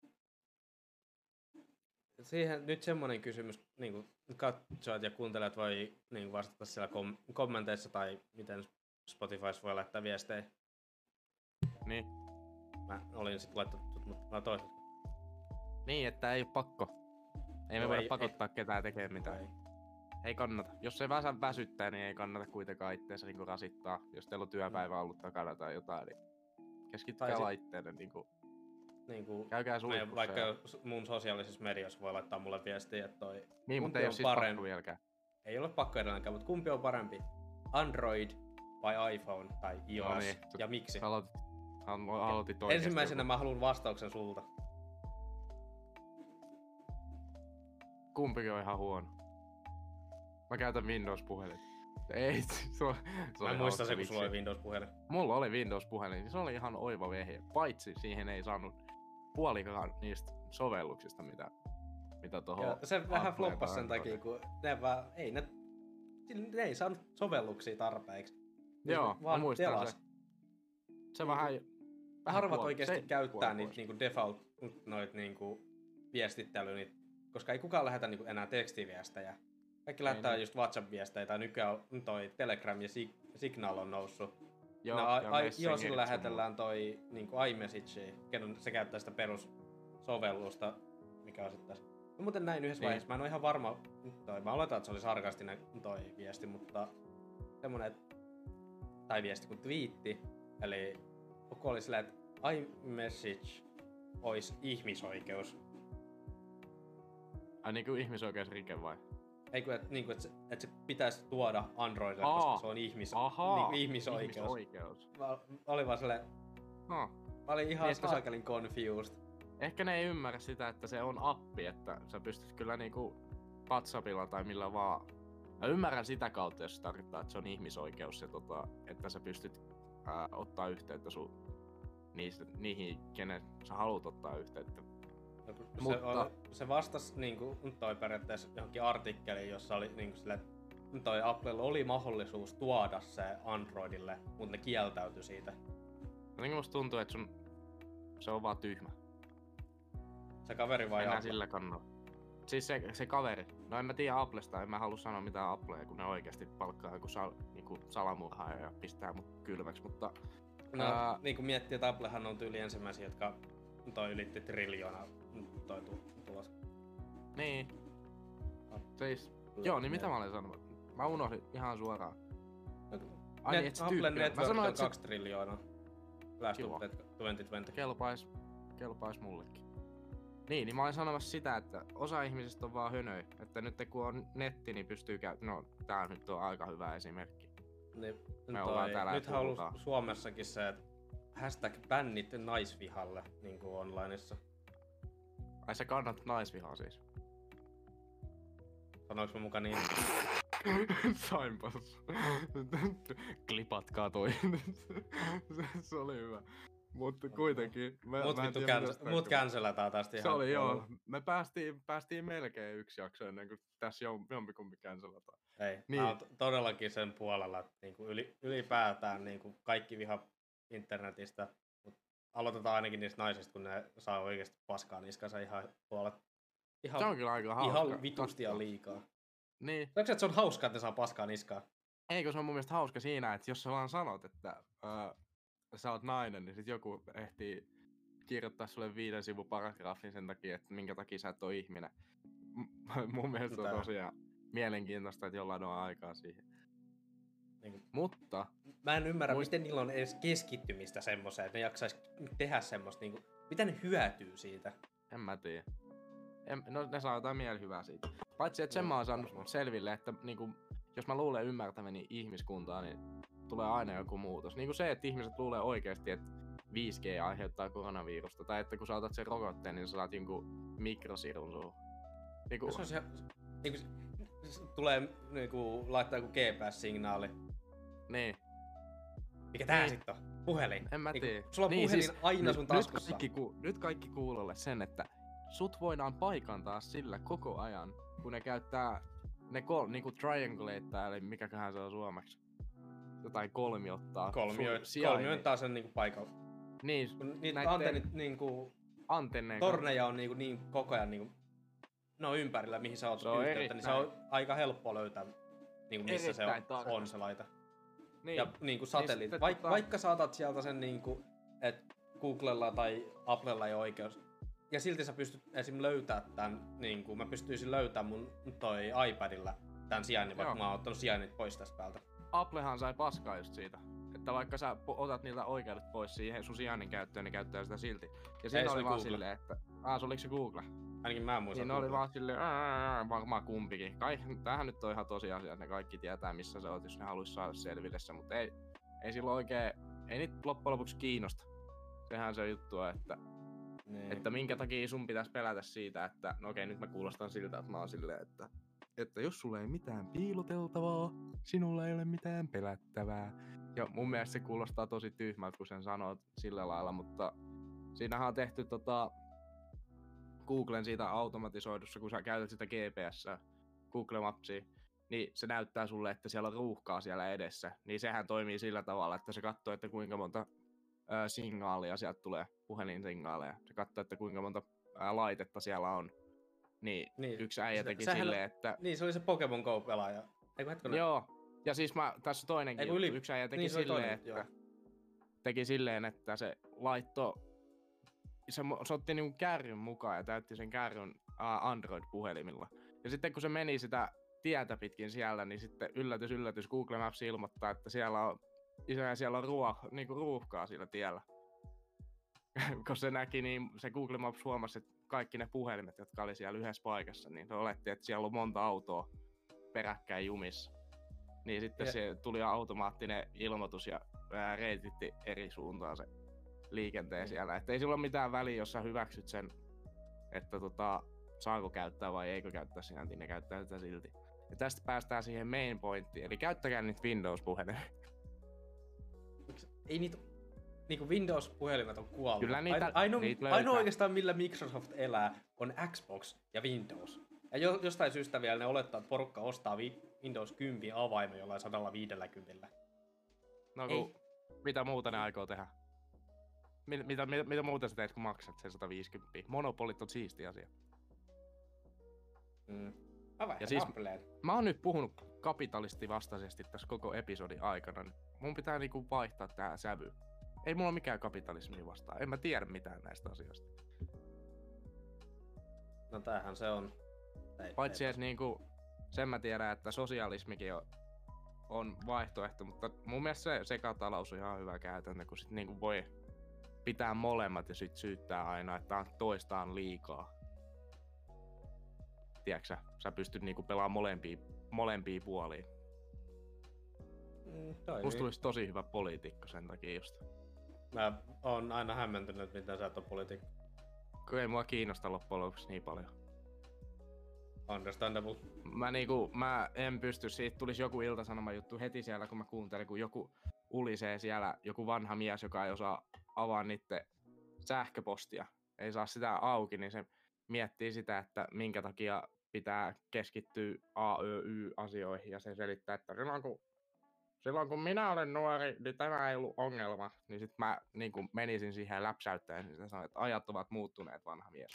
Siihen nyt semmonen kysymys, niinku katsojat ja kuuntelijat voi niinku vastata siellä kommenteissa tai miten Spotifys voi laittaa viestejä. Niin. Mä olin sit laittanut, mutta mä toistan. Niin, että ei oo pakko. Ei me voida pakottaa ketään tekemään mitään. Ei kannata. Jos se väsyttää, niin ei kannata kuitenkaan itteensä niinku rasittaa. Jos teillä on työpäivä ollut takana tai jotain, niin keskittykää laitteelle niinku käykää suihkussa. Vaikka mun sosiaalisessa mediassa voi laittaa mulle viestiä, että niin, mutta ei oo siis pakko vieläkään. Ei ole pakko edelleenkään, mutta kumpi on parempi? Android vai iPhone tai iOS? No niin, ja miksi? Aloitit oikeesti. Ensimmäisenä mä haluan vastauksen sulta. Kumpikin on ihan huono. Mä käytän Windows-puhelin. Ei, mä muistan se, kun sulla oli Windows-puhelin. Mulla oli Windows-puhelin, se oli ihan oiva vehje. Paitsi siihen ei saanut puolikaan niistä sovelluksista, mitä tohon... Joo, se vähän floppasi sen takia, kun ne ei saanut sovelluksia tarpeeksi. Joo, mä muistan se. Se vähän harvat oikeesti käyttää niitä niinku default noit niinku viestittelyä, koska ei kukaan lähetä niinku enää tekstiviestejä. Kaikki lähettää just WhatsApp-viestejä, tai nykyään toi Telegram ja Signal on noussut. Joo, iOSilla lähetellään toi niinku iMessage, se käyttää sitä perussovellusta, mikä on sitten tässä. No, muuten näin yhdessä vaiheessa, mä en ole ihan varma, mä oletan, että se oli sarkastinen toi viesti, mutta semmonen, tai viesti kuin twiitti, eli joku oli silleen, että iMessage olisi ihmisoikeus. Ai niinku ihmisoikeusrike vai? Eikö, että niinku, et se pitäisi tuoda Androidille, koska se on ihmisoikeus. Oli vaan silleen... Mä olin ihan saakelin confused. Ehkä ne ei ymmärrä sitä, että se on appi, että sä pystyt kyllä niinku WhatsAppilla tai millä vaan... Mä ymmärrän sitä kautta, jos se tarkoittaa, että se on ihmisoikeus, ja että sä pystyt ottaa yhteyttä niihin, kenen sä haluat ottaa yhteyttä. Se vastasi niinku toi periaatteessa johonkin artikkeliin, jossa oli niinku silleen, toi Applella oli mahdollisuus tuoda se Androidille, mutta ne kieltäytyi siitä. Jotenkin musta tuntuu, että se on vaan tyhmä. Se kaveri vai Enää Apple? sillä kannalla. Siis se kaveri. No en mä tiedä Applesta, en mä halua sanoa mitään Applea, kun ne oikeesti palkkaa joku niinku salamurhaaja ja pistää mut kylmäksi, mutta... No, niinku miettii, että Applehan on tyyli ensimmäisiä, jotka toi ylitti triljoona toi tulos. Niin. Siis, joo, niin mitä mä olen sanonut? Mä unohdin ihan suoraan. Ai niin, et se Applen tyyppi. net Mä sanoin, on että 2 triljoonaa. Last Kiva. of 2020. kelpais mullekin. Niin mä olin sanomassa sitä, että osa ihmisistä on vaan hönöi. Että nyt kun on netti, niin pystyy no tää nyt on aika hyvä esimerkki. Niin, Me ollaan täällä nyt on ollut puhutaan. Suomessakin se, että hashtag bännit naisvihalle niinku onlineissa. Ai sä kannat naisvihaa siis? Sanoinko mä muka niin? Sainpas. Klipatkaa toi. Se oli hyvä. Mutta kuitenkin. Mut cancelataan tästä ihan. Se oli joo. Me päästiin melkein 1 jakso ennen kuin tässä jompikumpi cancelataan. Ei, niin. mä oon todellakin sen puolella, että niinku ylipäätään niinku kaikki viha internetistä. Mut aloitetaan ainakin niistä naisista, kun ne saa oikeesti paskaa niskansa ihan puolet. Se on kyllä aika hauska. Ihan vitusti ja liikaa. Niin. Onko että se on hauskaa, että ne saa paskaa niskaa? Eikö se on mun mielestä hauska siinä, että jos sä vaan sanot, että sä oot nainen, niin sit joku ehtii kirjoittaa sulle 5 sivun paragraafin sen takia, että minkä takia sä et oo ihminen. Mun mielestä on tosiaan mielenkiintoista, että jollain on aikaa siihen. Niin. Mutta... Mä en ymmärrä, miten niillä on edes keskittymistä semmoseen, että ne jaksais tehdä semmoista niinku... Mitä ne hyötyy siitä? En mä tiedä. No ne saa jotain mielihyvää siitä. Paitsi että sen mä oon saanut selville, että niinku, jos mä luulen ymmärtäväni ihmiskuntaa, niin tulee aina joku muutos. Niinku se, että ihmiset luulee oikeesti, että 5G aiheuttaa koronavirusta, tai että kun sä otat sen rokotteen, niin sä saat jonkun mikrosirun suhun. Niinku... Se on se, niinku, tulee niinku, laittaa joku GPS-signaali. Niin. Mikä tää sit on? Puhelin. En mä tiedä. Niinku, sulla on niin, puhelin siis, aina sun taskussa. Nyt kaikki kuulolle sen, että sut voidaan paikantaa sillä koko ajan, kun ne käyttää niinku triangulateaa, eli mikäköhän se on suomeksi. Jotain kolmiottaa. Kolmioittaa sen niinku paikalla. Niin. Niitä antennit niinku... Torneja on niin koko ajan niinku... Ne on ympärillä, mihin sä oot yhteyttä, niin se on aika helppo löytää, niinku missä se on se laita. Niin. Ja niinku satelliit. Niin vaikka saatat sieltä sen niinku, että Googlella tai Applella ei ole oikeus. Ja silti sä pystyt esim. Löytää tän, niinku mä pystyisin löytämään mun toi iPadilla tän sijainnin, vaikka mä oon ottanut sijainnit pois tästä päältä. Applehan sai paskaa just siitä. Että vaikka sä otat niiltä oikeudet pois siihen sun sijainnin käyttöön, niin käyttää sitä silti. Ja siinä oli vaan silleen, että... se oliko se Google? Ainakin mä en muista. Siinä oli vaan silleen, varmaan kumpikin. Tämähän nyt on ihan tosiasia, että ne kaikki tietää missä sä oot, jos ne haluais saada selville se. Mutta ei silloin oikein, ei niitä loppujen lopuksi kiinnosta. Sehän se juttu on, että minkä takia sun pitäisi pelätä siitä, että no okei, nyt mä kuulostan siltä, että mä oon silleen, että jos sulla ei mitään piiloteltavaa, sinulla ei ole mitään pelättävää. Ja mun mielestä se kuulostaa tosi tyhmältä, kun sen sanoo sillä lailla, mutta siinähän on tehty Googlen siitä automatisoidussa, kun sä käytät sitä GPS:ää, Google Mapsia, niin se näyttää sulle, että siellä on ruuhkaa siellä edessä. Niin sehän toimii sillä tavalla, että se katsoo, että kuinka monta signaalia sieltä tulee, puhelinsignaaleja. Se katsoo, että kuinka monta laitetta siellä on. Niin yksi äijä teki silleen, että... Niin, se oli se Pokemon Go-pelaaja. Eiku hetkonen? Joo. Ja siis tässä toinenkin juttu. Yksi äijä teki teki silleen, että se laittoi... Se otti niinku kärryn mukaan ja täytti sen kärryn Android-puhelimilla. Ja sitten kun se meni sitä tietä pitkin siellä, niin sitten yllätys, Google Maps ilmoittaa, että siellä on niinku ruuhkaa siellä tiellä. Kun se näki, niin se Google Maps huomasi, että kaikki ne puhelimet, jotka oli siellä yhdessä paikassa, niin se oletti, että siellä on monta autoa peräkkäin jumissa. Niin sitten se tuli automaattinen ilmoitus ja reititti eri suuntaan se liikenteen siellä. Että ei sillä ole mitään väliä, jos sä hyväksyt sen, että saako käyttää vai eikö käyttää sinä, niin ne käyttää sitä silti. Ja tästä päästään siihen main pointtiin, eli käyttäkää niitä Windows-puhelimia. Ei niitä... Niinku Windows-puhelimet on kuollut. Kyllä niitä ainoa oikeastaan millä Microsoft elää on Xbox ja Windows. Ja jostain syystä vielä ne olettaa, että porukka ostaa Windows 10 avaimen jollain 150. No mitä muuta ne aikoo tehdä? Mitä muuta sä teet, kun maksat sen 150? Monopolit on siisti asia. Ja siis mä oon nyt puhunut kapitalistivastaisesti tässä koko episodin aikana. Niin mun pitää niinku vaihtaa tää sävy. Ei mulla mikään kapitalismi vastaan. En mä tiedä mitään näistä asioista. No tämähän se on. Paitsi että niinku, sen mä tiedän, että sosialismikin on vaihtoehto, mutta mun mielestä se sekatalous on ihan hyvä käytäntö, kun sit niinku voi pitää molemmat ja sit syyttää aina, että toistaan liikaa. Tiedätkö sä pystyt niinku pelaamaan molempia puoliin. Musta tulisi tosi hyvä poliitikko sen takia just. Mä oon aina hämmentynyt, miten sä et oo poliitikko. Kun ei mua kiinnosta loppujen lopuksi niin paljon. Understandable. Mä en pysty, siitä tulisi joku Ilta-Sanoman juttu heti siellä, kun mä kuuntelin, kun joku ulisee siellä, joku vanha mies, joka ei osaa avaa niitten sähköpostia. Ei saa sitä auki, niin se miettii sitä, että minkä takia pitää keskittyä AÖY-asioihin, ja se selittää, että silloin kun minä olen nuori, niin tämä ei ollut ongelma. Niin sit mä niin kun menisin siihen ja läpsäyttäisin sitä, sanoin, että ajat ovat muuttuneet, vanha mies.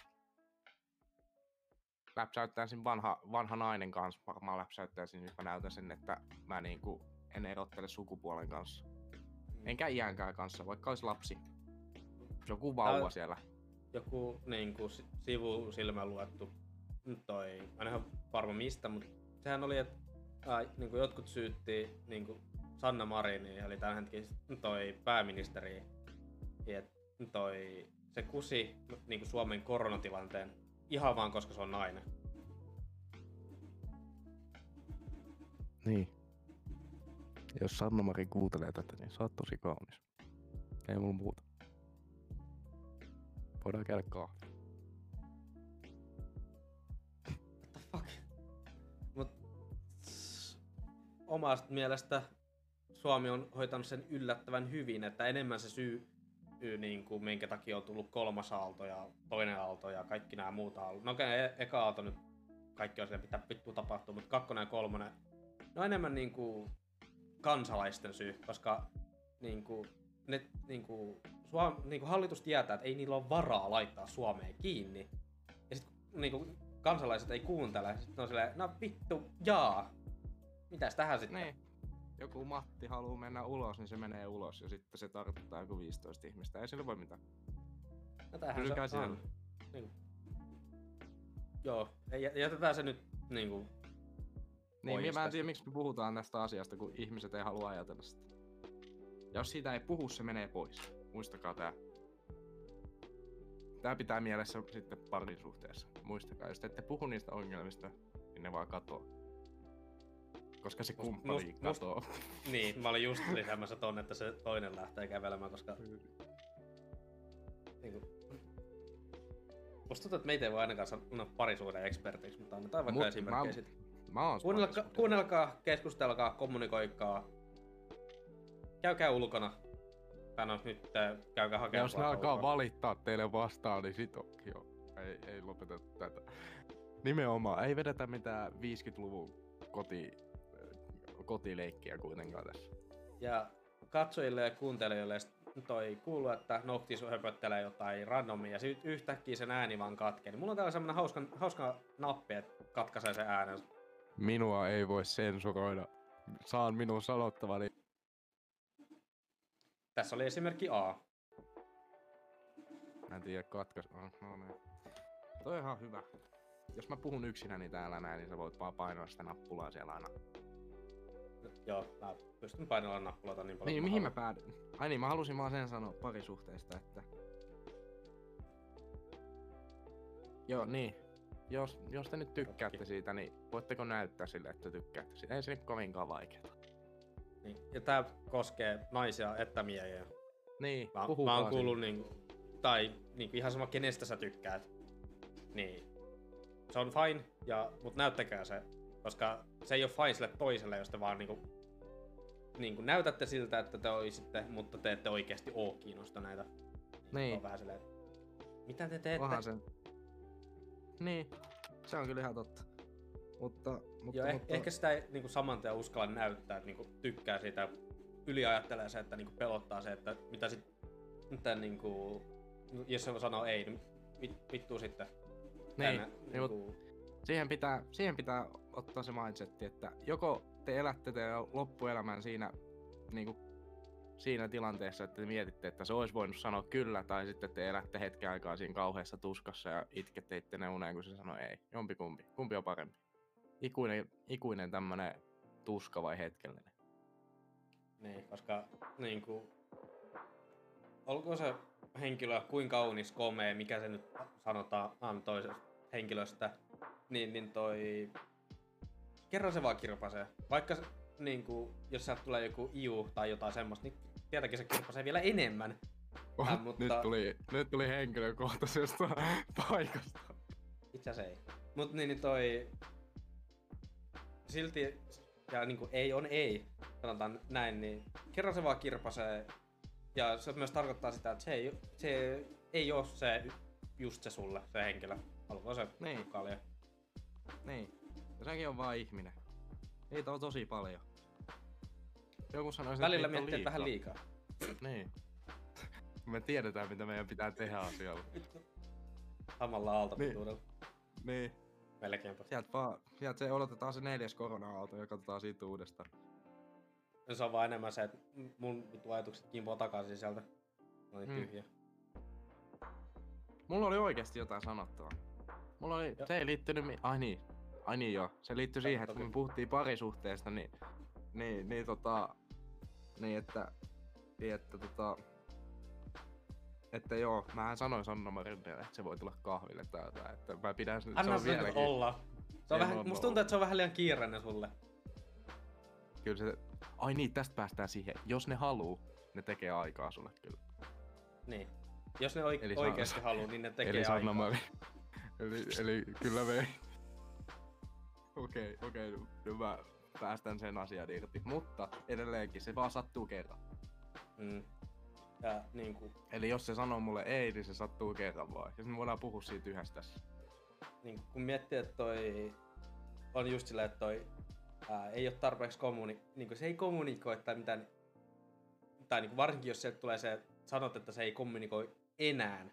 Läpsäyttäisin vanha nainen kanssa, varmaan läpsäyttäisin, niin mä näytän sen, että mä niinku en erottele sukupuolen kanssa. Enkä iänkään kanssa, vaikka olisi lapsi. Joku vauva siellä. Joku niinku sivusilmä luettu toi, mä en ihan varma mistä, mutta sehän oli, että niinku jotkut syytti niinku Sanna Marinia, eli tämän hetkisen toi pääministeri, että se kusi niinku Suomen koronatilanteen ihan vaan koska se on nainen. Niin. Jos Sanna Marin kuuntelee tätä, niin sä oot tosi kaunis. Ei mulla muuta. Voidaan käydä kahvia. What the fuck? Mut omasta mielestä Suomi on hoitanut sen yllättävän hyvin, että enemmän se syy niin kuin, minkä takia on tullut kolmas aalto ja toinen aalto ja kaikki nämä muut aallot. No okei, eka aalto nyt kaikki on siellä, mitä vittu tapahtuu, mutta kakkonen ja kolmonen, ne on enemmän niin kuin kansalaisten syy, koska niin kuin, hallitus tietää, että ei niillä ole varaa laittaa Suomeen kiinni. Ja sit niin kuin, kansalaiset ei kuuntele, sit on silleen, no vittu, jaa. Mitäs tähän sitten? Niin. Joku Matti haluaa mennä ulos, niin se menee ulos ja sitten se tartuttaa joku 15 ihmistä. Ei sillä voi mitään. No tämähän se on. Niin. Joo, jätetään se nyt niinku. Niin, mä en tiedä miksi me puhutaan tästä asiasta, kun ihmiset ei halua ajatella sitä. Ja jos siitä ei puhu, se menee pois. Muistakaa tää. Tää pitää mielessä sitten parisuhteessa. Muistakaa, jos te ette puhu niistä ongelmista, niin ne vaan katoo. Koska se kumppani katoo. Niin, mä olin just lisäämässä tonne, että se toinen lähtee kävelemään, koska niinku, musta tuntuu, että meitä ei voi ainakaan sanoa parisuuden ekspertiksi, mutta annetaan vaikka esimerkkejä siitä. Kuunnelkaa, keskustelkaa, kommunikoikaa. Käykää ulkona. No nyt käykää hakemaan. Jos ne alkaa valittaa teille vastaan, niin sit jo. Ei lopeteta tätä. Nimenomaan, ei vedetä mitään 50-luvun kotileikkiä kuitenkaan tässä. Ja katsojille ja kuuntelijoille toi kuuluu, että Noctis höpöttelee jotain randomia ja yhtäkkiä sen ääni vaan katkee. Niin mulla on täällä semmonen hauska nappi, että katkaisee sen äänen. Minua ei voi sensuroida. Saan minun sanottavani. Tässä oli esimerkki A. Mä en tiedä No niin. Toi on ihan hyvä. Jos mä puhun yksinäni täällä näin, niin sä voit vaan painaa sitä nappulaa siellä aina. Joo, mä pystyn painalla nappulata niin paljon. Niin, mihin mä päädyin? Ai niin, mä halusin vaan sen sanoa parisuhteista, että... Joo, niin. Jos te nyt tykkäätte siitä, niin voitteko näyttää sille, että tykkäätte siitä? Ei se nyt kovinkaan vaikeeta. Niin, ja tää koskee naisia että miehiä. Niin, mä oon kuullut niinku, tai niinku ihan sama kenestä sä tykkäät. Niin, se on fine, mut näyttäkää se. Koska se ei oo fine sille toiselle, jos te vaan niinku näytätte siltä, että te oisitte, mutta te ette oikeesti oo kiinnostuneita. Niin. On vähän silleen, mitä te teette? Onhan sen. Niin, se on kyllä ihan totta. Joo, ehkä sitä ei niinku saman tien uskalla näyttää, että niinku tykkää siitä, yliajattelee se, että niinku pelottaa se, että mitä niinku, jos se sanoo ei, niin vittuu sitten. Niin, niinku... siihen pitää ottaa se mindsetti, että joko te elätte teidän loppuelämän siinä tilanteessa, että te mietitte, että se olisi voinut sanoa kyllä, tai sitten te elätte hetken aikaa siinä kauheassa tuskassa ja itkette ittenne uneen, kun se sanoo ei. Jompikumpi. Kumpi on parempi? Ikuinen tämmönen tuska vai hetkellinen? Niin, koska niinku... Olkoon se henkilö kuinka kaunis, komea, mikä se nyt sanotaan toisesta henkilöstä, niin kerran se vaan kirpasee. Vaikka niinku, jos sieltä tulee joku iu tai jotain semmoista, niin tietenkin se kirpasee vielä enemmän. Mutta... Nyt tuli henkilökohtaisesta paikasta. Itse asiassa ei. Mut silti, ja niinku ei on ei, sanotaan näin, niin kerran se vaan kirpasee. Ja se myös tarkoittaa sitä, että se ei oo se just se sulle, se henkilö. Haluaa se kalja. Niin. Ja sekin on vaan ihminen. Niitä on tosi paljon. Joku sanoisi, välillä miettii vähän liikaa. Niin. Me tiedetään, mitä meidän pitää tehdä asialla. Samalla aaltopituudella. Niin. Melkeinpä. Sieltä se odotetaan se 4. korona-aalto ja katsotaan siitä uudestaan. Se on vaan enemmän se, että mun ajatukset kimpoo takaisin sieltä. Oli tyhjä. Mulla oli oikeesti jotain sanottavaa. Se ei liittynyt Ai niin joo. Se liittyi siihen, että kun me puhuttiin parisuhteesta, että joo, mähän sanoin Sanna Marinille, että se voi tulla kahville täältä, että mä pidän sen. Anna se nyt olla. Se on vähän, musta tuntuu, että se on vähän liian kiireinen sulle. Kyllä se... Ai niin, tästä päästään siihen. Jos ne haluu, ne tekee aikaa sulle kyllä. Niin. Jos ne oikeesti haluu, niin ne tekee aikaa. Sanna Marin. Eli kyllä me... Okei, nyt mä päästän sen asian irti. Mutta edelleenkin se vaan sattuu kerran. Ja niinku... Eli jos se sanoo mulle ei, niin se sattuu kerran vaan. Ja me voidaan puhua siitä yhdessä tässä. Niin, kun miettii, että toi... On just silleen, että toi... ei oo tarpeeksi niinku se ei kommunikoi tai mitään... Tai niinku varsinkin jos sieltä tulee se... Sanot, että se ei kommunikoi enää.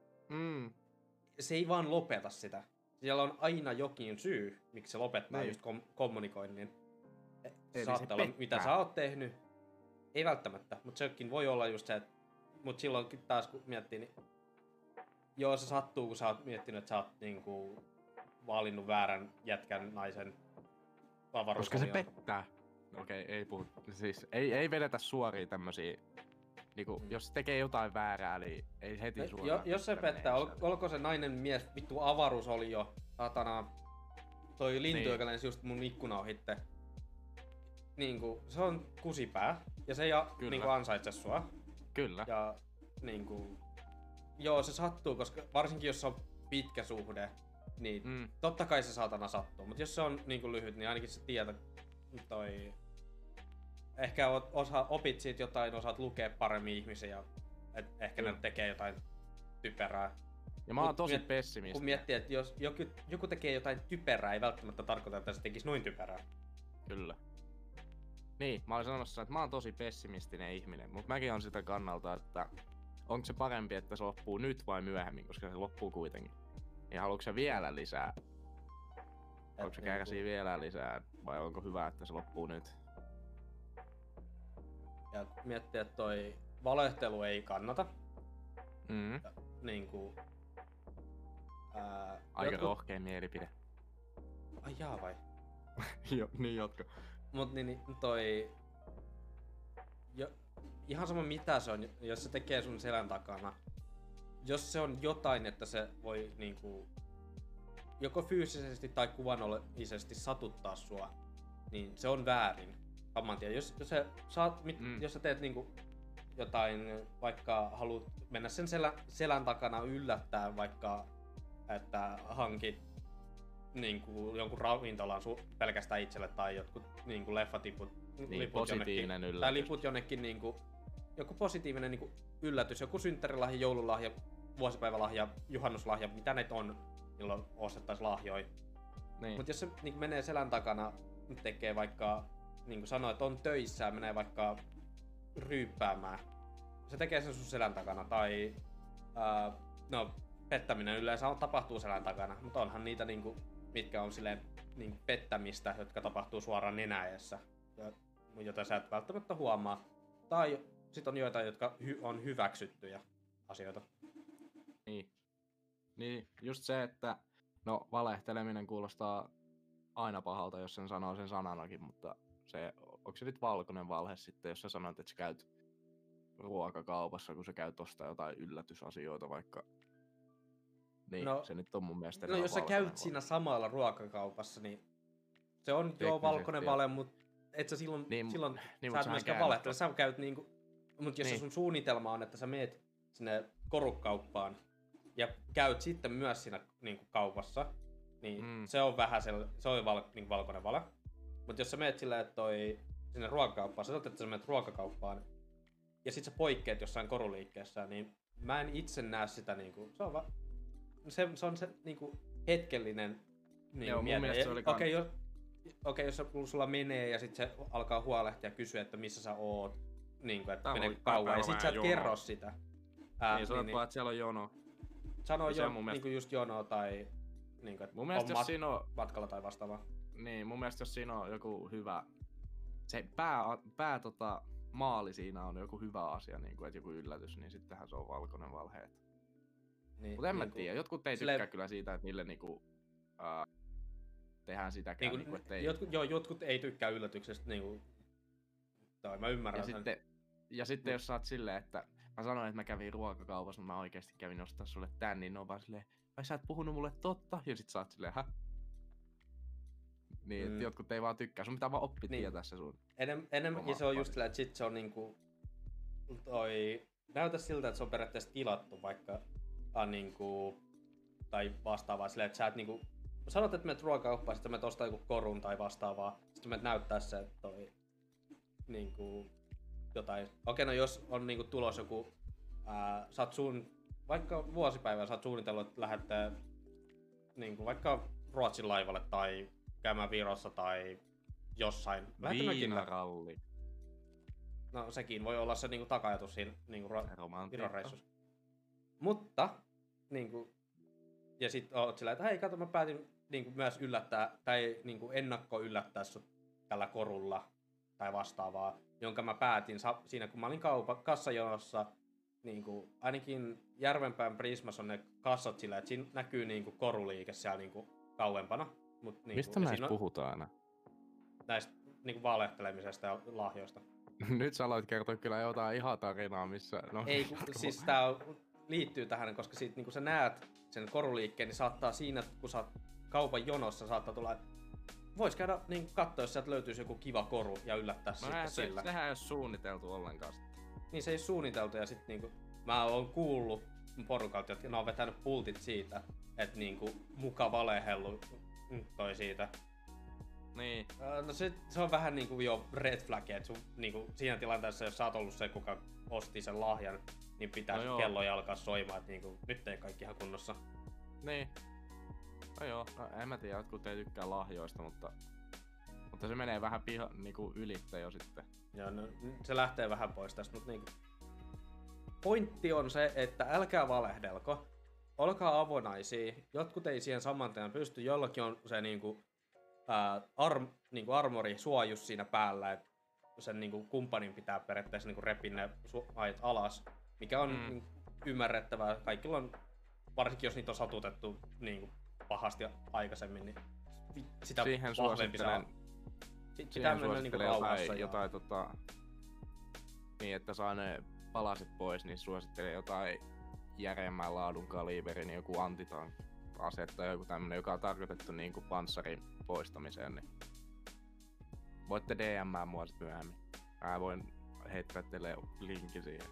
Se ei vaan lopeta sitä. Siellä on aina jokin syy, miksi se lopettaa just kommunikoinnin. Saattaa olla, mitä sä oot tehnyt. Ei välttämättä, mutta sekin voi olla just se, että... Mut silloinkin taas kun miettii, niin... Joo, se sattuu, kun sä oot miettinyt, että sä oot niinku... Valinnut väärän jätkän naisen avaruusavion. Koska se pettää. Okei, ei puhu. Siis ei vedetä suoria tämmösiä... Niinku, jos se tekee jotain väärää, niin ei heti suoraan. Jos se pettää, olko se nainen mies, vittu avaruus oli jo, satana. Toi lintu, joka lensi just mun ikkuna ohitte. Niinku, se on kusipää. Ja se ei niinku ansaitse sua. Kyllä. Ja niinku... Joo, se sattuu, koska varsinkin jos se on pitkä suhde, niin totta kai se saatana sattuu. Mut jos se on niinku lyhyt, niin ainakin sä tiedät toi... Ehkä opit siitä jotain, osaat lukea paremmin ihmisiä, että ehkä ne tekee jotain typerää. Ja mä oon tosi pessimistä. Kun miettii, että jos joku tekee jotain typerää, ei välttämättä tarkoita, että se tekisi noin typerää. Kyllä. Niin, mä olin sanomassa, että mä oon tosi pessimistinen ihminen, mutta mäkin on sitä kannalta, että onko se parempi, että se loppuu nyt vai myöhemmin, koska se loppuu kuitenkin. Ja haluatko se vielä lisää? Haluatko se kärsiä vielä lisää, vai onko hyvä, että se loppuu nyt? Ja miettii, että toi valehtelu ei kannata. Niinku... Aika rohkea mielipide. Ai jaa vai? Joo, niin jatka. Mut niin toi... Ihan sama mitä se on, jos se tekee sun selän takana. Jos se on jotain, että se voi niinku... Joko fyysisesti tai kuvannollisesti satuttaa sua, niin se on väärin. Saman tien. Jos sä teet niinku jotain, vaikka haluat mennä sen selän takana yllättää, vaikka että hankit niinku jonkun ravintolan pelkästään itselle tai jotkut niinku leffatiput, liput jonnekin, tai liput jonnekin niinku, joku positiivinen niinku yllätys, joku synttärilahja, joululahja, vuosipäivälahja, juhannuslahja, mitä näitä on, milloin ostettais lahjoja. Niin. Mut jos se niinku menee selän takana, tekee vaikka, niinku sanoo, että on töissä ja menee vaikka ryyppäämään. Se tekee sen sun selän takana, tai no, pettäminen yleensä tapahtuu selän takana, mutta onhan niitä niinku, mitkä on silleen niinku pettämistä, jotka tapahtuu suoraan nenäessä, jota sä et välttämättä huomaa. Tai sit on joitain, jotka on hyväksyttyjä asioita. Niin, just se, että no valehteleminen kuulostaa aina pahalta, jos sen sanoo sen sananakin, mutta onko se nyt valkoinen valhe sitten, jos sä sanot, että sä käyt ruokakaupassa, kun sä käyt ostaa jotain yllätysasioita vaikka. Niin, no, se nyt on mun mielestä. No jos sä käyt siinä samalla ruokakaupassa, niin se on joo valkoinen vale, mutta et sä silloin sä et myöskään valehtele. Sä käyt niinku, mut jos se sun suunnitelma on, että sä meet sinne korukauppaan ja käyt sitten myös siinä niinku kaupassa, niin se on vähän niinku valkoinen vale. Mut jos sä meet silleen, että sinne ruokakauppaan, sä että sä meet ruokakauppaan ja sit sä poikkeet jossain koruliikkeessä, niin mä en itse näe sitä niinku, se on se niinku hetkellinen niinku mieli. Okei, jos sulla menee ja sit se alkaa huolehtia ja kysyä, että missä sä oot, niinku, että menee kauan, ja sit sä et kerro sitä. Niin, sanot vaan, että siellä on jono. Sanoo niinku just jono tai niinku, että mun mielestä, jos siinä on matkalla tai vastaavaa. Niin, mun mielestä jos siinä on joku hyvä, se maali siinä on joku hyvä asia, niinku, että joku yllätys, niin sittenhän se on valkoinen valhe. Niin, mutta en mä tiedä, jotkut ei tykkää kyllä siitä, että niille niinku, tehdään sitäkään. Niinku, ettei... jotkut ei tykkää yllätyksestä, niinku, tai mä ymmärrän sen. Ja sitten jos sä oot silleen, että mä sanoin, että mä kävin ruokakaupassa, mutta mä oikeesti kävin ostaa sulle tän, niin ne on vaan silleen, vai sä et puhunut mulle totta? Ja sit sä oot silleen, Niin, jotkut ei vaan tykkää, sun pitää vaan oppia tietää se sun. Enemmän se on just silleen, että sit se on niinku, näytä siltä, että se on periaatteessa tilattu vaikka, niinku, tai vastaavaa silleen, että sä et niinku, sanot, että menet ruokakauppaan, sit sä menet ostaa joku korun tai vastaavaa, sit sä menet näyttää se, että niinku, jotain. Okei, no jos on niinku tulos joku, sä oot vaikka vuosipäivänä sä oot suunnitellut, että lähdette niinku vaikka Ruotsin laivalle tai käymään Virossa tai jossain. Viinaralli. No sekin voi olla se niinku taka-ajatus siinä niinku Viron reissussa. Mutta niinku, ja sit oot silleen, että hei kato, mä päätin niinku myös yllättää tai niinku ennakko yllättää sut tällä korulla tai vastaavaa, jonka mä päätin siinä kun mä olin kassajonossa. Niinku, ainakin Järvenpään Prismas on ne kassat sillä, että siinä näkyy niinku koruliike siellä niinku kauempana. Mut, niinku, mistä näistä puhutaan aina? Näistä niinku valehtelemisesta ja lahjoista. Nyt sä aloit kertoa kyllä jotain ihan tarinaa, missä... No, ei, siis tää liittyy tähän, koska sit niinku sä näet sen koruliikkeen, niin saattaa siinä, kun sä oot kaupan jonossa, saattaa tulla, vois käydä niin katsoa, jos sieltä löytyisi joku kiva koru ja yllättää sitten sillä. Sehän ei ole suunniteltu ollenkaan. Niin se ei suunniteltu ja sit niinku, mä oon kuullut porukalta, että ne on vetänyt pultit siitä, että niinku muka valehellu toi siitä. Niin. No se on vähän niinku jo red flag, että sun niinku siinä tilanteessa, jos sä oot ollut se, kuka osti sen lahjan, niin pitää kelloja alkaa soimaan, että niinku nyt ei kaikki ihan kunnossa. Niin. No joo, en mä tiedä, jotkut ei tykkää lahjoista, mutta se menee vähän niinku ylittä jo sitten. Joo, no, se lähtee vähän pois tästä, mutta niinku pointti on se, että älkää valehdelko. Olkaa avonaisia. Jotkut ei siihen saman tien pysty, jollakin on se niinku armori, suojus siinä päällä, että sen niinku kumppanin pitää periaatteessa niinku repiä ne ajat alas, mikä on ymmärrettävää. Kaikilla on, varsinkin jos niitä on satutettu niinku pahasti aikaisemmin, niin sitä siihen vahvempi saa. Pitää mennä niinku rauhassa. Jotain niin, että saa ne palaset pois, niin suosittelen jotain järjemmän laadun kaliberin, niin joku antitank-ase tai joku tämmönen, joka on tarkoitettu niinku panssarin poistamiseen, niin voitte DM:ää mua sit myöhemmin. Mä voin heittää teille linkin siihen.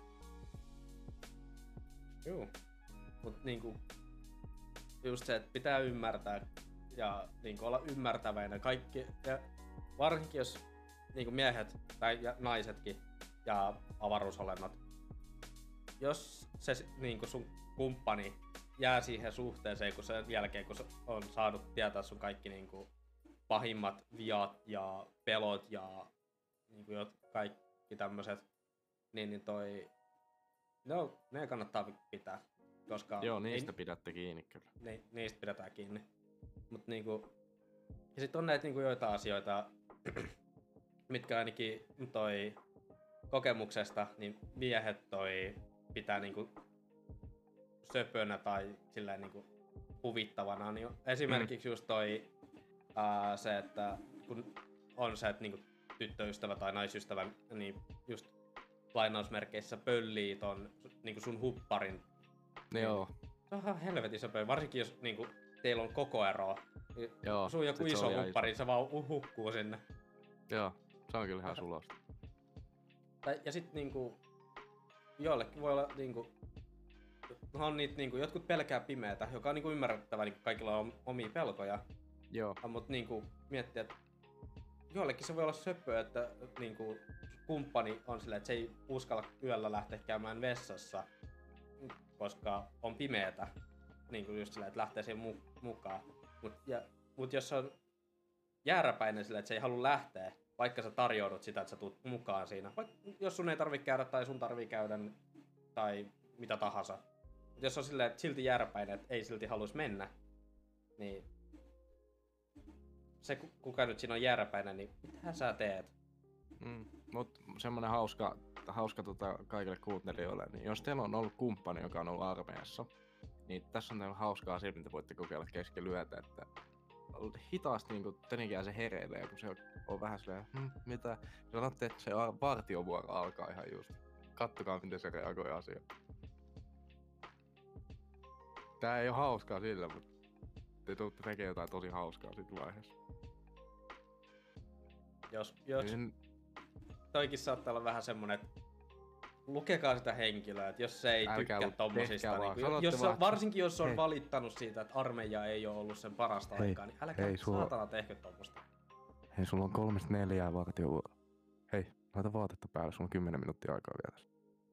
Joo. Mut niinku just se, että pitää ymmärtää ja niinku olla ymmärtäväinen kaikki. Ja varsinkin jos niinku miehet tai naisetkin ja avaruusolennot, jos se niinku sun kumppani jää siihen suhteeseen, kun sen jälkeen, kun on saanut tietää sun kaikki niinku pahimmat viat ja pelot ja niinku kaikki tämmöset, niin no, ne kannattaa pitää, koska... Joo, niistä pidätte kiinni kyllä. Niistä pidetään kiinni. Mut niinku... Ja sit on näitä niinku joitain asioita, mitkä ainakin kokemuksesta, niin miehet pitää niinku söpönä tai silleen niinku huvittavana. Niin esimerkiksi just se, että kun on se, että niinku tyttöystävä tai naisystävä, niin just lainausmerkeissä pöllii ton niinku sun hupparin. Joo. Se on ihan helvetin söpöä, varsinkin jos niinku teillä on koko ero. Joo. Sun joku iso huppari, se vaan hukkuu sinne. Joo, se on kyllä ihan sulosta. Ja sit niinku joillekin voi olla niinku on niitä niinku jotkut pelkää pimeätä, joka on niinku ymmärrettävää, niinku kaikilla on omia pelkoja. Joo. Mut niinku miettiä, että joillekin se voi olla söpöä, että niinku kumppani on silleen, että se ei uskalla yöllä lähteä käymään vessassa, koska on pimeätä. Niinku just silleen, että lähtee siihen mukaan. Mut jos on jääräpäinen silleen, että se ei halua lähteä, vaikka sä tarjoudut sitä, että sä tuut mukaan siinä. Jos sun ei tarvii käydä tai sun tarvii käydä tai mitä tahansa. Mut jos on silleen, että silti jääräpäinen, että ei silti haluaisi mennä, niin se kuka nyt siinä on jääräpäinen, niin mitä sä teet? Mut semmonen hauska kaikille kuuntelijoille, niin jos teillä on ollut kumppani, joka on ollut armeijassa, niin tässä on teillä hauskaa asia, mitä voitte kokeilla keskellä yötä, että hitaasti niinku tietenkin se hereilee, kun se on vähän silleen, mitä? Sanotte, että se partiovuoro alkaa ihan just. Kattokaa, miten se reagoi asiaan. Tää ei oo hauskaa sillä, mutta te tuutte tekemään jotain tosi hauskaa sit vaiheessa. Jos toikin saattaa olla vähän semmonen, että lukekaa sitä henkilöä, että jos se ei tykkää tommosista, niin varsinkin jos on valittanut siitä, että armeija ei ole ollut sen parasta aikaa, niin älkää saatana tehkö tommosta. Hei, sulla on 3-4 vartiovuoroa. Hei, laita vaatetta päälle, sulla on 10 minuuttia aikaa vielä.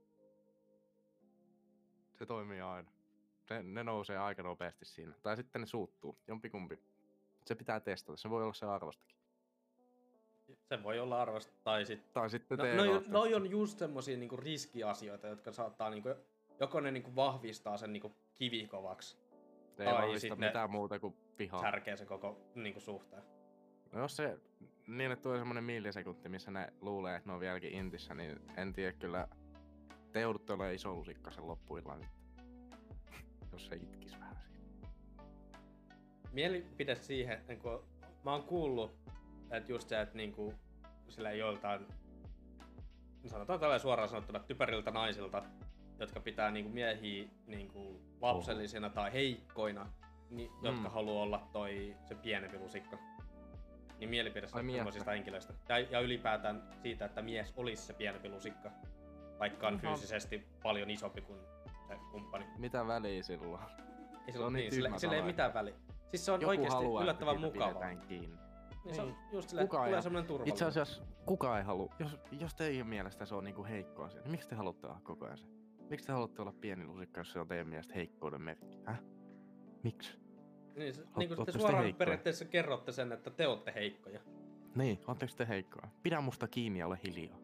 Se toimii aina. Ne nousee aika nopeasti siinä. Tai sitten ne suuttuu, jompikumpi. Se pitää testata, se voi olla se arvostakin. Se voi olla arvosta, tai sitten noi on just semmosia niinku riskiasioita, jotka saattaa niinku, joko ne niinku vahvistaa sen niinku kivikovaksi, ei tai sitten mitään muuta kuin vihaa. Särkee sen koko niinku suhteen. No jos se niille tulee semmonen millisekunti, missä ne luulee, että ne on vieläkin intissä, niin en tiedä kyllä, te joudutte olemaan iso lusikka sen loppuillaan sitten. Jos se itkis vähän siinä. Mielipide siihen, kun mä oon kuullut, että just se, että niinku sillä joiltain, sanotaan tällä suoraan sanottuna, typeriltä naisilta, jotka pitää niinku miehiä niinku lapsellisina tai heikkoina, jotka haluaa olla se pienempi lusikka. Niin mielipide semmoisista henkilöistä. Ja ylipäätään siitä, että mies olisi se pienempi lusikka, vaikka on fyysisesti paljon isompi kuin se kumppani. Mitä väliä silloin? Ei sillä ei mitään väliä. Siis se on joku oikeesti yllättävän mukavaa. Niin. Se on just silleen, että tulee semmonen turvallinen. Itse asiassa kukaan ei halua. Jos teidän mielestä se on niinku heikko asia, niin miksi te haluatte olla koko ajan se? Miksi te haluatte olla pieni lusikka, jos se on teidän mielestä heikkouden merkki? Miksi? Niin, niin te suoraan periaatteessa kerrotte sen, että te ootte heikkoja. Niin, ootteko te heikkoja? Pidä musta kiinni ja ole hiljaa.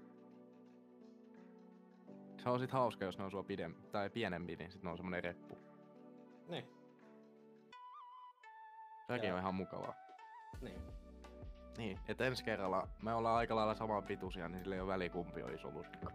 Se on sit hauska, jos ne on sua pienempi, niin sit ne on semmonen reppu. Niin. Sekin on ihan mukavaa. Niin, että ensi kerralla me ollaan aika lailla saman pituisia, niin sillä ei oo väliä kumpi on iso lusikka.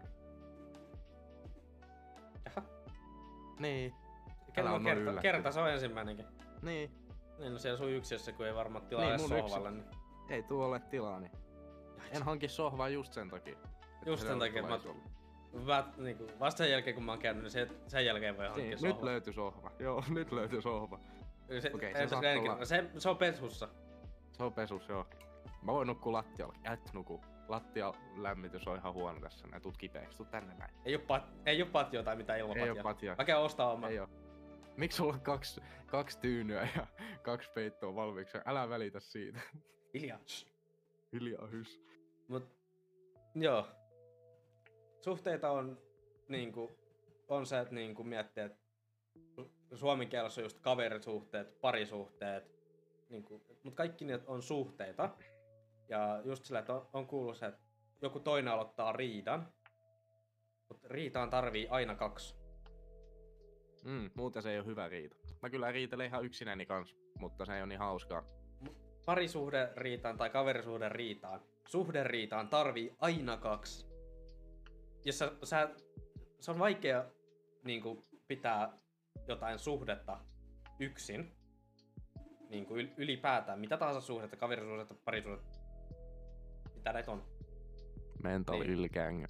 Jaha. Niin. Kerta se on ensimmäinenkin. Niin. Niin, no siellä sun yksiössä, kun ei varmaan tilaa edes sohvalle. Niin. Ei tuu ole tilaa, niin en hanki sohvaa just sen takia. Just sen takia, että niinku, vasta sen jälkeen kun mä oon käynyt, niin sen jälkeen voi hankkia sohva. Nyt löytyi sohva. Joo, nyt löytyi sohva. Se on pesussa. Se on pesussa, joo. Mä voin nukkua lattialla. Et nuku. Lattian lämmitys on ihan huono tässä. Nää tuut kipeäksi. Tuu tänne näin. Ei oo patjoa tai mitään ilmapatjoa. Ei oo patjoa. Mä käyn ostaa oman. Ei oo. Miksi sulla on kaksi tyynyä ja 2 peittoa valmiiksi? Älä välitä siitä. Hiljaa hys. Mut joo. Suhteita on niinku, on se, että niinku miettii, että suomen kielessä on just kaverisuhteet, parisuhteet, niinku, mutta kaikki ne on suhteita. Ja just sillä, että on kuullut se, että joku toinen aloittaa riidan, mutta riitaan tarvii aina 2. Muuten se ei ole hyvä riita. Mä kyllä riitelen ihan yksinäni kanssa, mutta se ei ole niin hauskaa. Parisuhde riitaan tai kaverisuhde riitaan. Suhde riitaan tarvii aina 2. Jos se on vaikea niinku, pitää jotain suhdetta yksin. Niinku ylipäätään. Mitä tahansa suhdetta, kaverisuhdetta, parisuhdetta. Mitä näitä on? Mental Niin. ylkängö.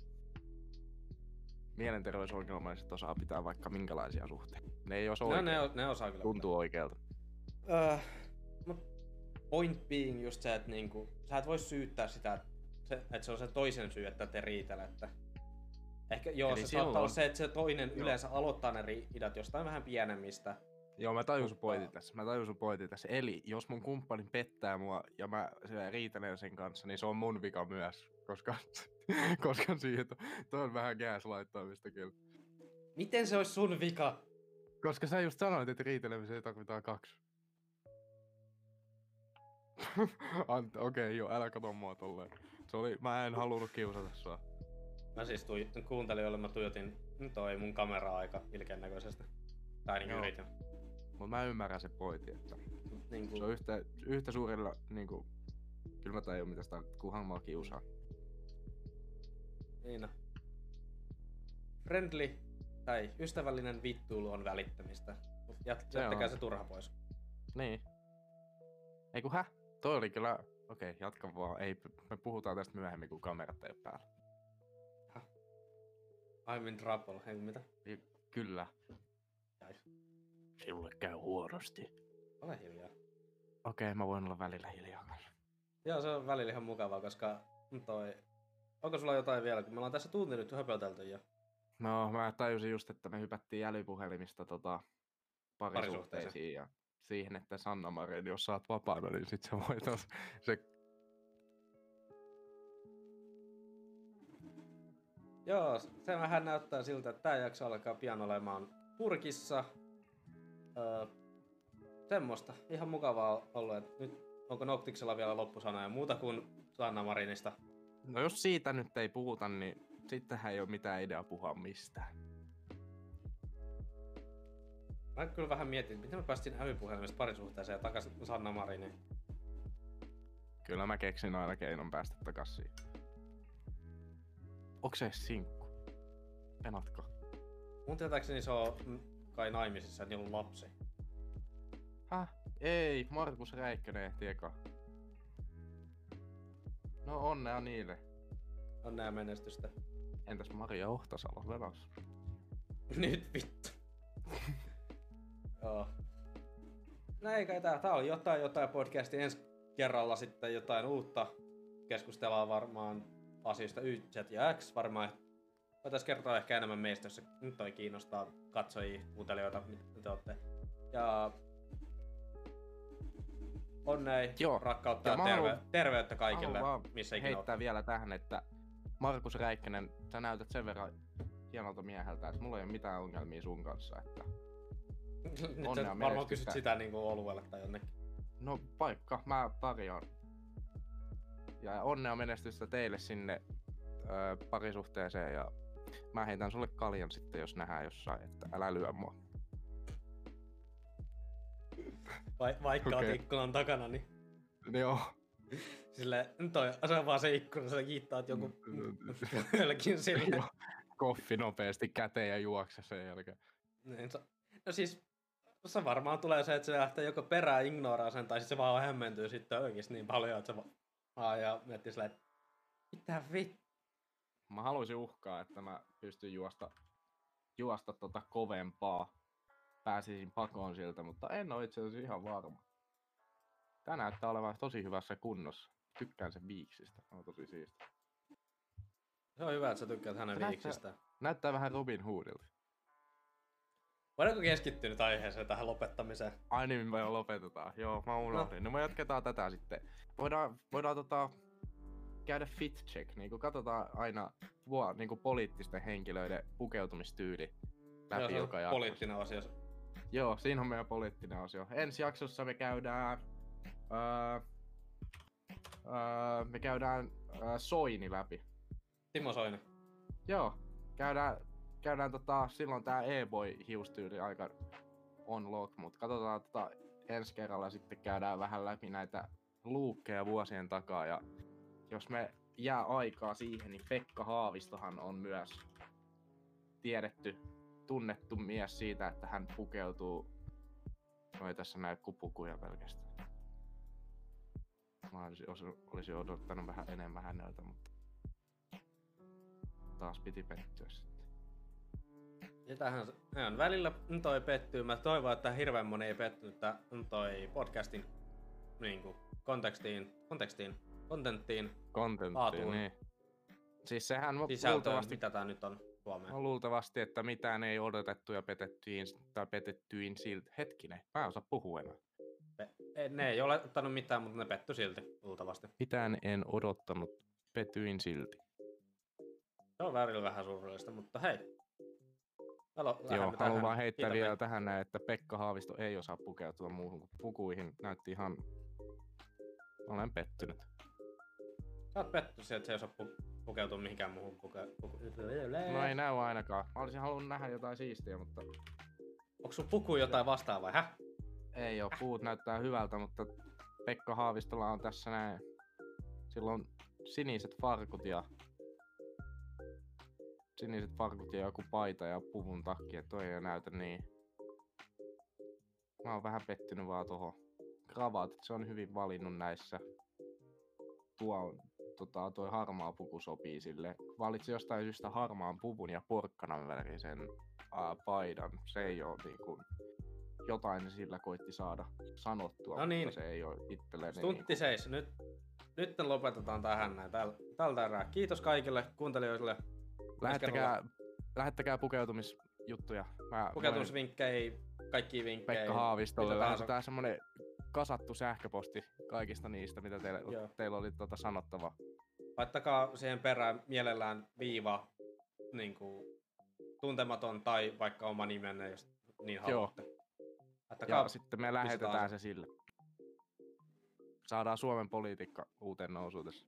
Mielenterveysongelmaiset osaa pitää vaikka minkälaisia suhteita. Ne ei osaa oikein. Ne osaa kyllä. Tuntuu oikealta. Point being just se, että niinku, sä et voi syyttää sitä, että se on se toisen syy, että te riitelette. Ehkä joo, Eli se saattaa olla silloin- se, että se toinen yleensä aloittaa ne riidat jostain vähän pienemmistä. Joo, mä tajun sun Mutta- pointin tässä. Eli jos mun kumppani pettää mua ja mä riitelen sen kanssa, niin se on mun vika myös. Koska siitä toi on vähän gaslighttamista kyllä. Miten se olisi sun vika? Koska sä just sanoit, että riitelemiseen tarvitaan 2. Okei, joo, älä kato mua tolleen. Mä en halunnut kiusata sua. Mä siis kuuntelijoille mä tuijotin toi mun kamera aika ilkeän näköisestä. Tai niin Joo. yritin. Mut mä ymmärrän sen pointin, että Niinku, se on yhtä suurilla niinku... Kyllä mä tajun mitä sitä kunhan mua kiusaa. niin on. Friendly tai ystävällinen vittuilu on välittämistä. Jättäkää on. se turha pois. Niin. Eiku Toi oli kyllä... Okei, jatka vaan. Ei, me puhutaan tästä myöhemmin, kun kamerat ei oo päällä. I'm in trouble. Hei mitä? Kyllä. Jäi. Sinulle käy huonosti. Ole hiljaa. Okei, mä voin olla välillä hiljaa kanssa. Joo, se on välillä ihan mukavaa, koska onko sulla jotain vielä, kun me ollaan tässä tunti nyt höpötelty jo. No, mä tajusin just, että me hypättiin älypuhelimista parisuhteisiin ja siihen, että Sanna Marin, jos sä oot vapaana, niin sit sä voit se... Joo, se vähän näyttää siltä, että tää jakso alkaa pian olemaan purkissa. Semmoista. Ihan mukavaa ollut, että nyt onko Noctixella vielä loppusanoja muuta kuin Sanna Marinista? No jos siitä nyt ei puhuta, niin sittenhän ei ole mitään ideaa puhua mistään. Mä kyllä vähän mietin, miten mä päästin älypuhelimesta parisuhteeseen ja takaisin Sanna Mariniin. Kyllä mä keksin aina keinon päästä takaisin. Onko se edes sinkku? Penatko? Mun tietääkseni se on kai naimisissa, että niillä on lapsi. Ei, Markus Räikkönen ehti eka. No onnea niille. Onnea menestystä. Entäs Maria Ohtasalo velas? Nyt vittu. Joo. No ei kai tää oli jotain podcasti. Ensi kerralla sitten jotain uutta. Keskustellaan varmaan asioista Y, Z ja X. Varmaan voitais kertoa ehkä enemmän meistä, jos se nyt toi kiinnostaa katsojia, kuuntelijoita, mitä te ootte. Ja onnea, Joo. rakkautta Ja ja mä haluan- terveyttä kaikille, Haluan missä ikinä heittää vielä tähän, että Markus Räikkönen, sä näytät sen verran hienolta mieheltä, että mulla ei ole mitään ongelmia sun kanssa, että Nyt sä onnea varmaan menestystä. kysyt sitä niinku oluelle tai jonnekin. no paikka, mä tarjoan. Ja onnea menestystä teille sinne parisuhteeseen ja mä heitän sulle kaljan sitten, jos nähdään jossain, että älä lyö mua. Vaikka oot Okei. ikkunan takana, niin Joo. sille, se on vaan se ikkuna, sä kiittaat jonkun jollekin sille. Joo. Koffi nopeasti käteen ja juokse sen jälkeen. Niin, no siis, se varmaan tulee se, että se lähtee joko perään ignoraa sen, tai sitten se vaan hämmentyy sitten oikeesti niin paljon, että se vaan ja miettii silleen, että mitä vittu. Mä haluaisin uhkaa, että mä pystyn juosta kovempaa. Pääsisin pakoon siltä, mutta en ole itse asiassa ihan varma. Tää näyttää olevan tosi hyvässä kunnossa. Tykkään sen viiksistä, on tosi siisti. Se on hyvä, että sä tykkäät hänen Se viiksistä. Näyttää vähän Robin Hoodilta. Voidaanko keskittyä nyt aiheeseen tähän lopettamiseen? Ai niin, me lopetetaan. Joo, mä unohdin. No me jatketaan tätä sitten. Voidaan käydä fit check. Niinku katsotaan aina niinku poliittisten henkilöiden pukeutumistyyli läpi Joo, se joka on jaksossa. poliittinen osio. Joo, siinä on meidän poliittinen osio. Ensi jaksossa me käydään... Soini läpi. Timo Soini. Joo, käydään silloin tää e-boy hiustyyli aika on lock, mut katsotaan ensi kerralla sitten käydään vähän läpi näitä luukkeja vuosien takaa ja jos me jää aikaa siihen, niin Pekka Haavistohan on myös tunnettu mies siitä, että hän pukeutuu... No ei tässä näy pukuja pelkästään. Mä olisin odottanut vähän enemmän häneltä, mutta taas piti pettyä sitten. Sitähän on välillä toi pettyy. Mä toivon, että hirveän moni ei pettynyt toi podcastin niinku kontenttiin, laatuun, niin. Siis sehän sisältöön, mitä tää nyt on Suomeen. Luultavasti, että mitään ei odotettu ja petettyin silti. Hetkinen, mä en osaa puhua enää. Ne ei ole ottanut mitään, mutta ne petty silti, luultavasti. Mitään en odottanut, petyin silti. Se on välillä vähän surullista, mutta hei. Joo, haluan vaan heittää vielä tähän näin, että Pekka Haavisto ei osaa pukeutua muuhun kuin pukuihin. Näytti ihan... Olen pettynyt. Sä oot pettynyt siihen, että se ei osaa pukeutua mihinkään muuhun No ei näy ainakaan. Mä olisin halunnut nähdä jotain siistiä, mutta... Onko sun puku jotain vastaan vai häh? Ei oo, puut näyttää hyvältä, mutta Pekka Haavistolla on tässä näin... Silloin siniset farkut ja joku paita ja puvun takki, että toi ei näytä niin. Mä oon vähän pettynyt vaan tohon kravaatit, se on hyvin valinnut näissä. Toi harmaa puku sopii sille. Valitsi jostain syystä harmaan puvun ja porkkanan värisen paidan. Se ei oo niinku... Jotain sillä koitti saada sanottua, no niin. Mutta se ei oo itselleen... Stuntti niinku... seis, nyt lopetetaan tähän näin tältä erää. Kiitos kaikille kuuntelijoille. Lähettäkää pukeutumisjuttuja. Pukeutumisvinkkejä, kaikkia vinkkejä. Pekka Haavistolle. Lähetetään semmonen kasattu sähköposti kaikista niistä, mitä teillä oli sanottavaa. Laittakaa siihen perään mielellään viiva, niinku, tuntematon tai vaikka oma nimenne, jos niin haluatte. Ja sitten me lähetetään se sille. Saadaan Suomen politiikka uuteen nousuun tässä.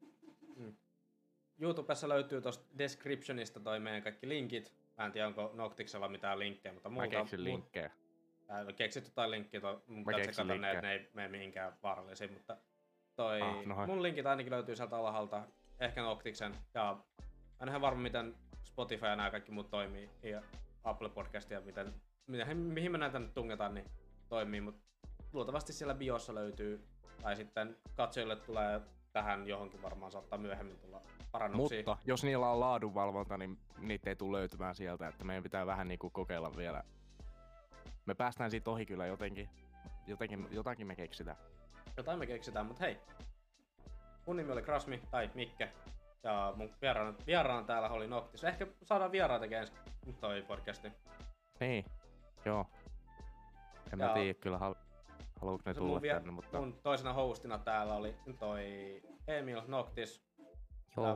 YouTubessa löytyy tuosta descriptionista toi meidän kaikki linkit. Mä en tiedä, onko Noctixella mitään linkkejä, mutta muuta... Mä keksin linkkejä. Keksit jotain linkkiä, mutta se kato ne, että ne ei mene mihinkään vaarallisiin, mutta mun linkit ainakin löytyy sieltä alhaalta, ehkä Noctixen, ja en ihan varma, miten Spotify ja nämä kaikki muut toimii, ja Apple Podcast ja mihin me näitä nyt tungetaan, niin toimii, mutta luultavasti siellä biossa löytyy, tai sitten katsojille tulee tähän johonkin varmaan saattaa myöhemmin tulla parannuksia. Mutta jos niillä on laadunvalvonta, niin niitä ei tule löytymään sieltä, että meidän pitää vähän niinku kokeilla vielä. Me päästään siitä ohi kyllä jotakin me keksitään. Jotain me keksitään, mutta hei. Mun nimi oli Krasmi, tai Mikke, ja mun vieraan täällä oli Noctis. Ehkä saadaan vieraan tekemään toi podcasti. Niin, joo. En mä tiedä kyllä, haluuks ne tulla tänne, mutta... Mun toisena hostina täällä oli toi Emil Noctis. Joo.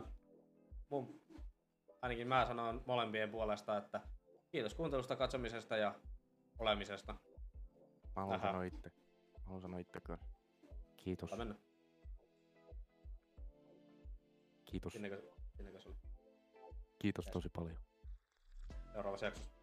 Ainakin mä sanon molempien puolesta, että kiitos kuuntelusta, katsomisesta ja olemisesta. Mä haluan sanoa itse kyllä. Kiitos. Kiitos. Sinnekö se oli? Kiitos tosi paljon. Seuraavassa jaksossa.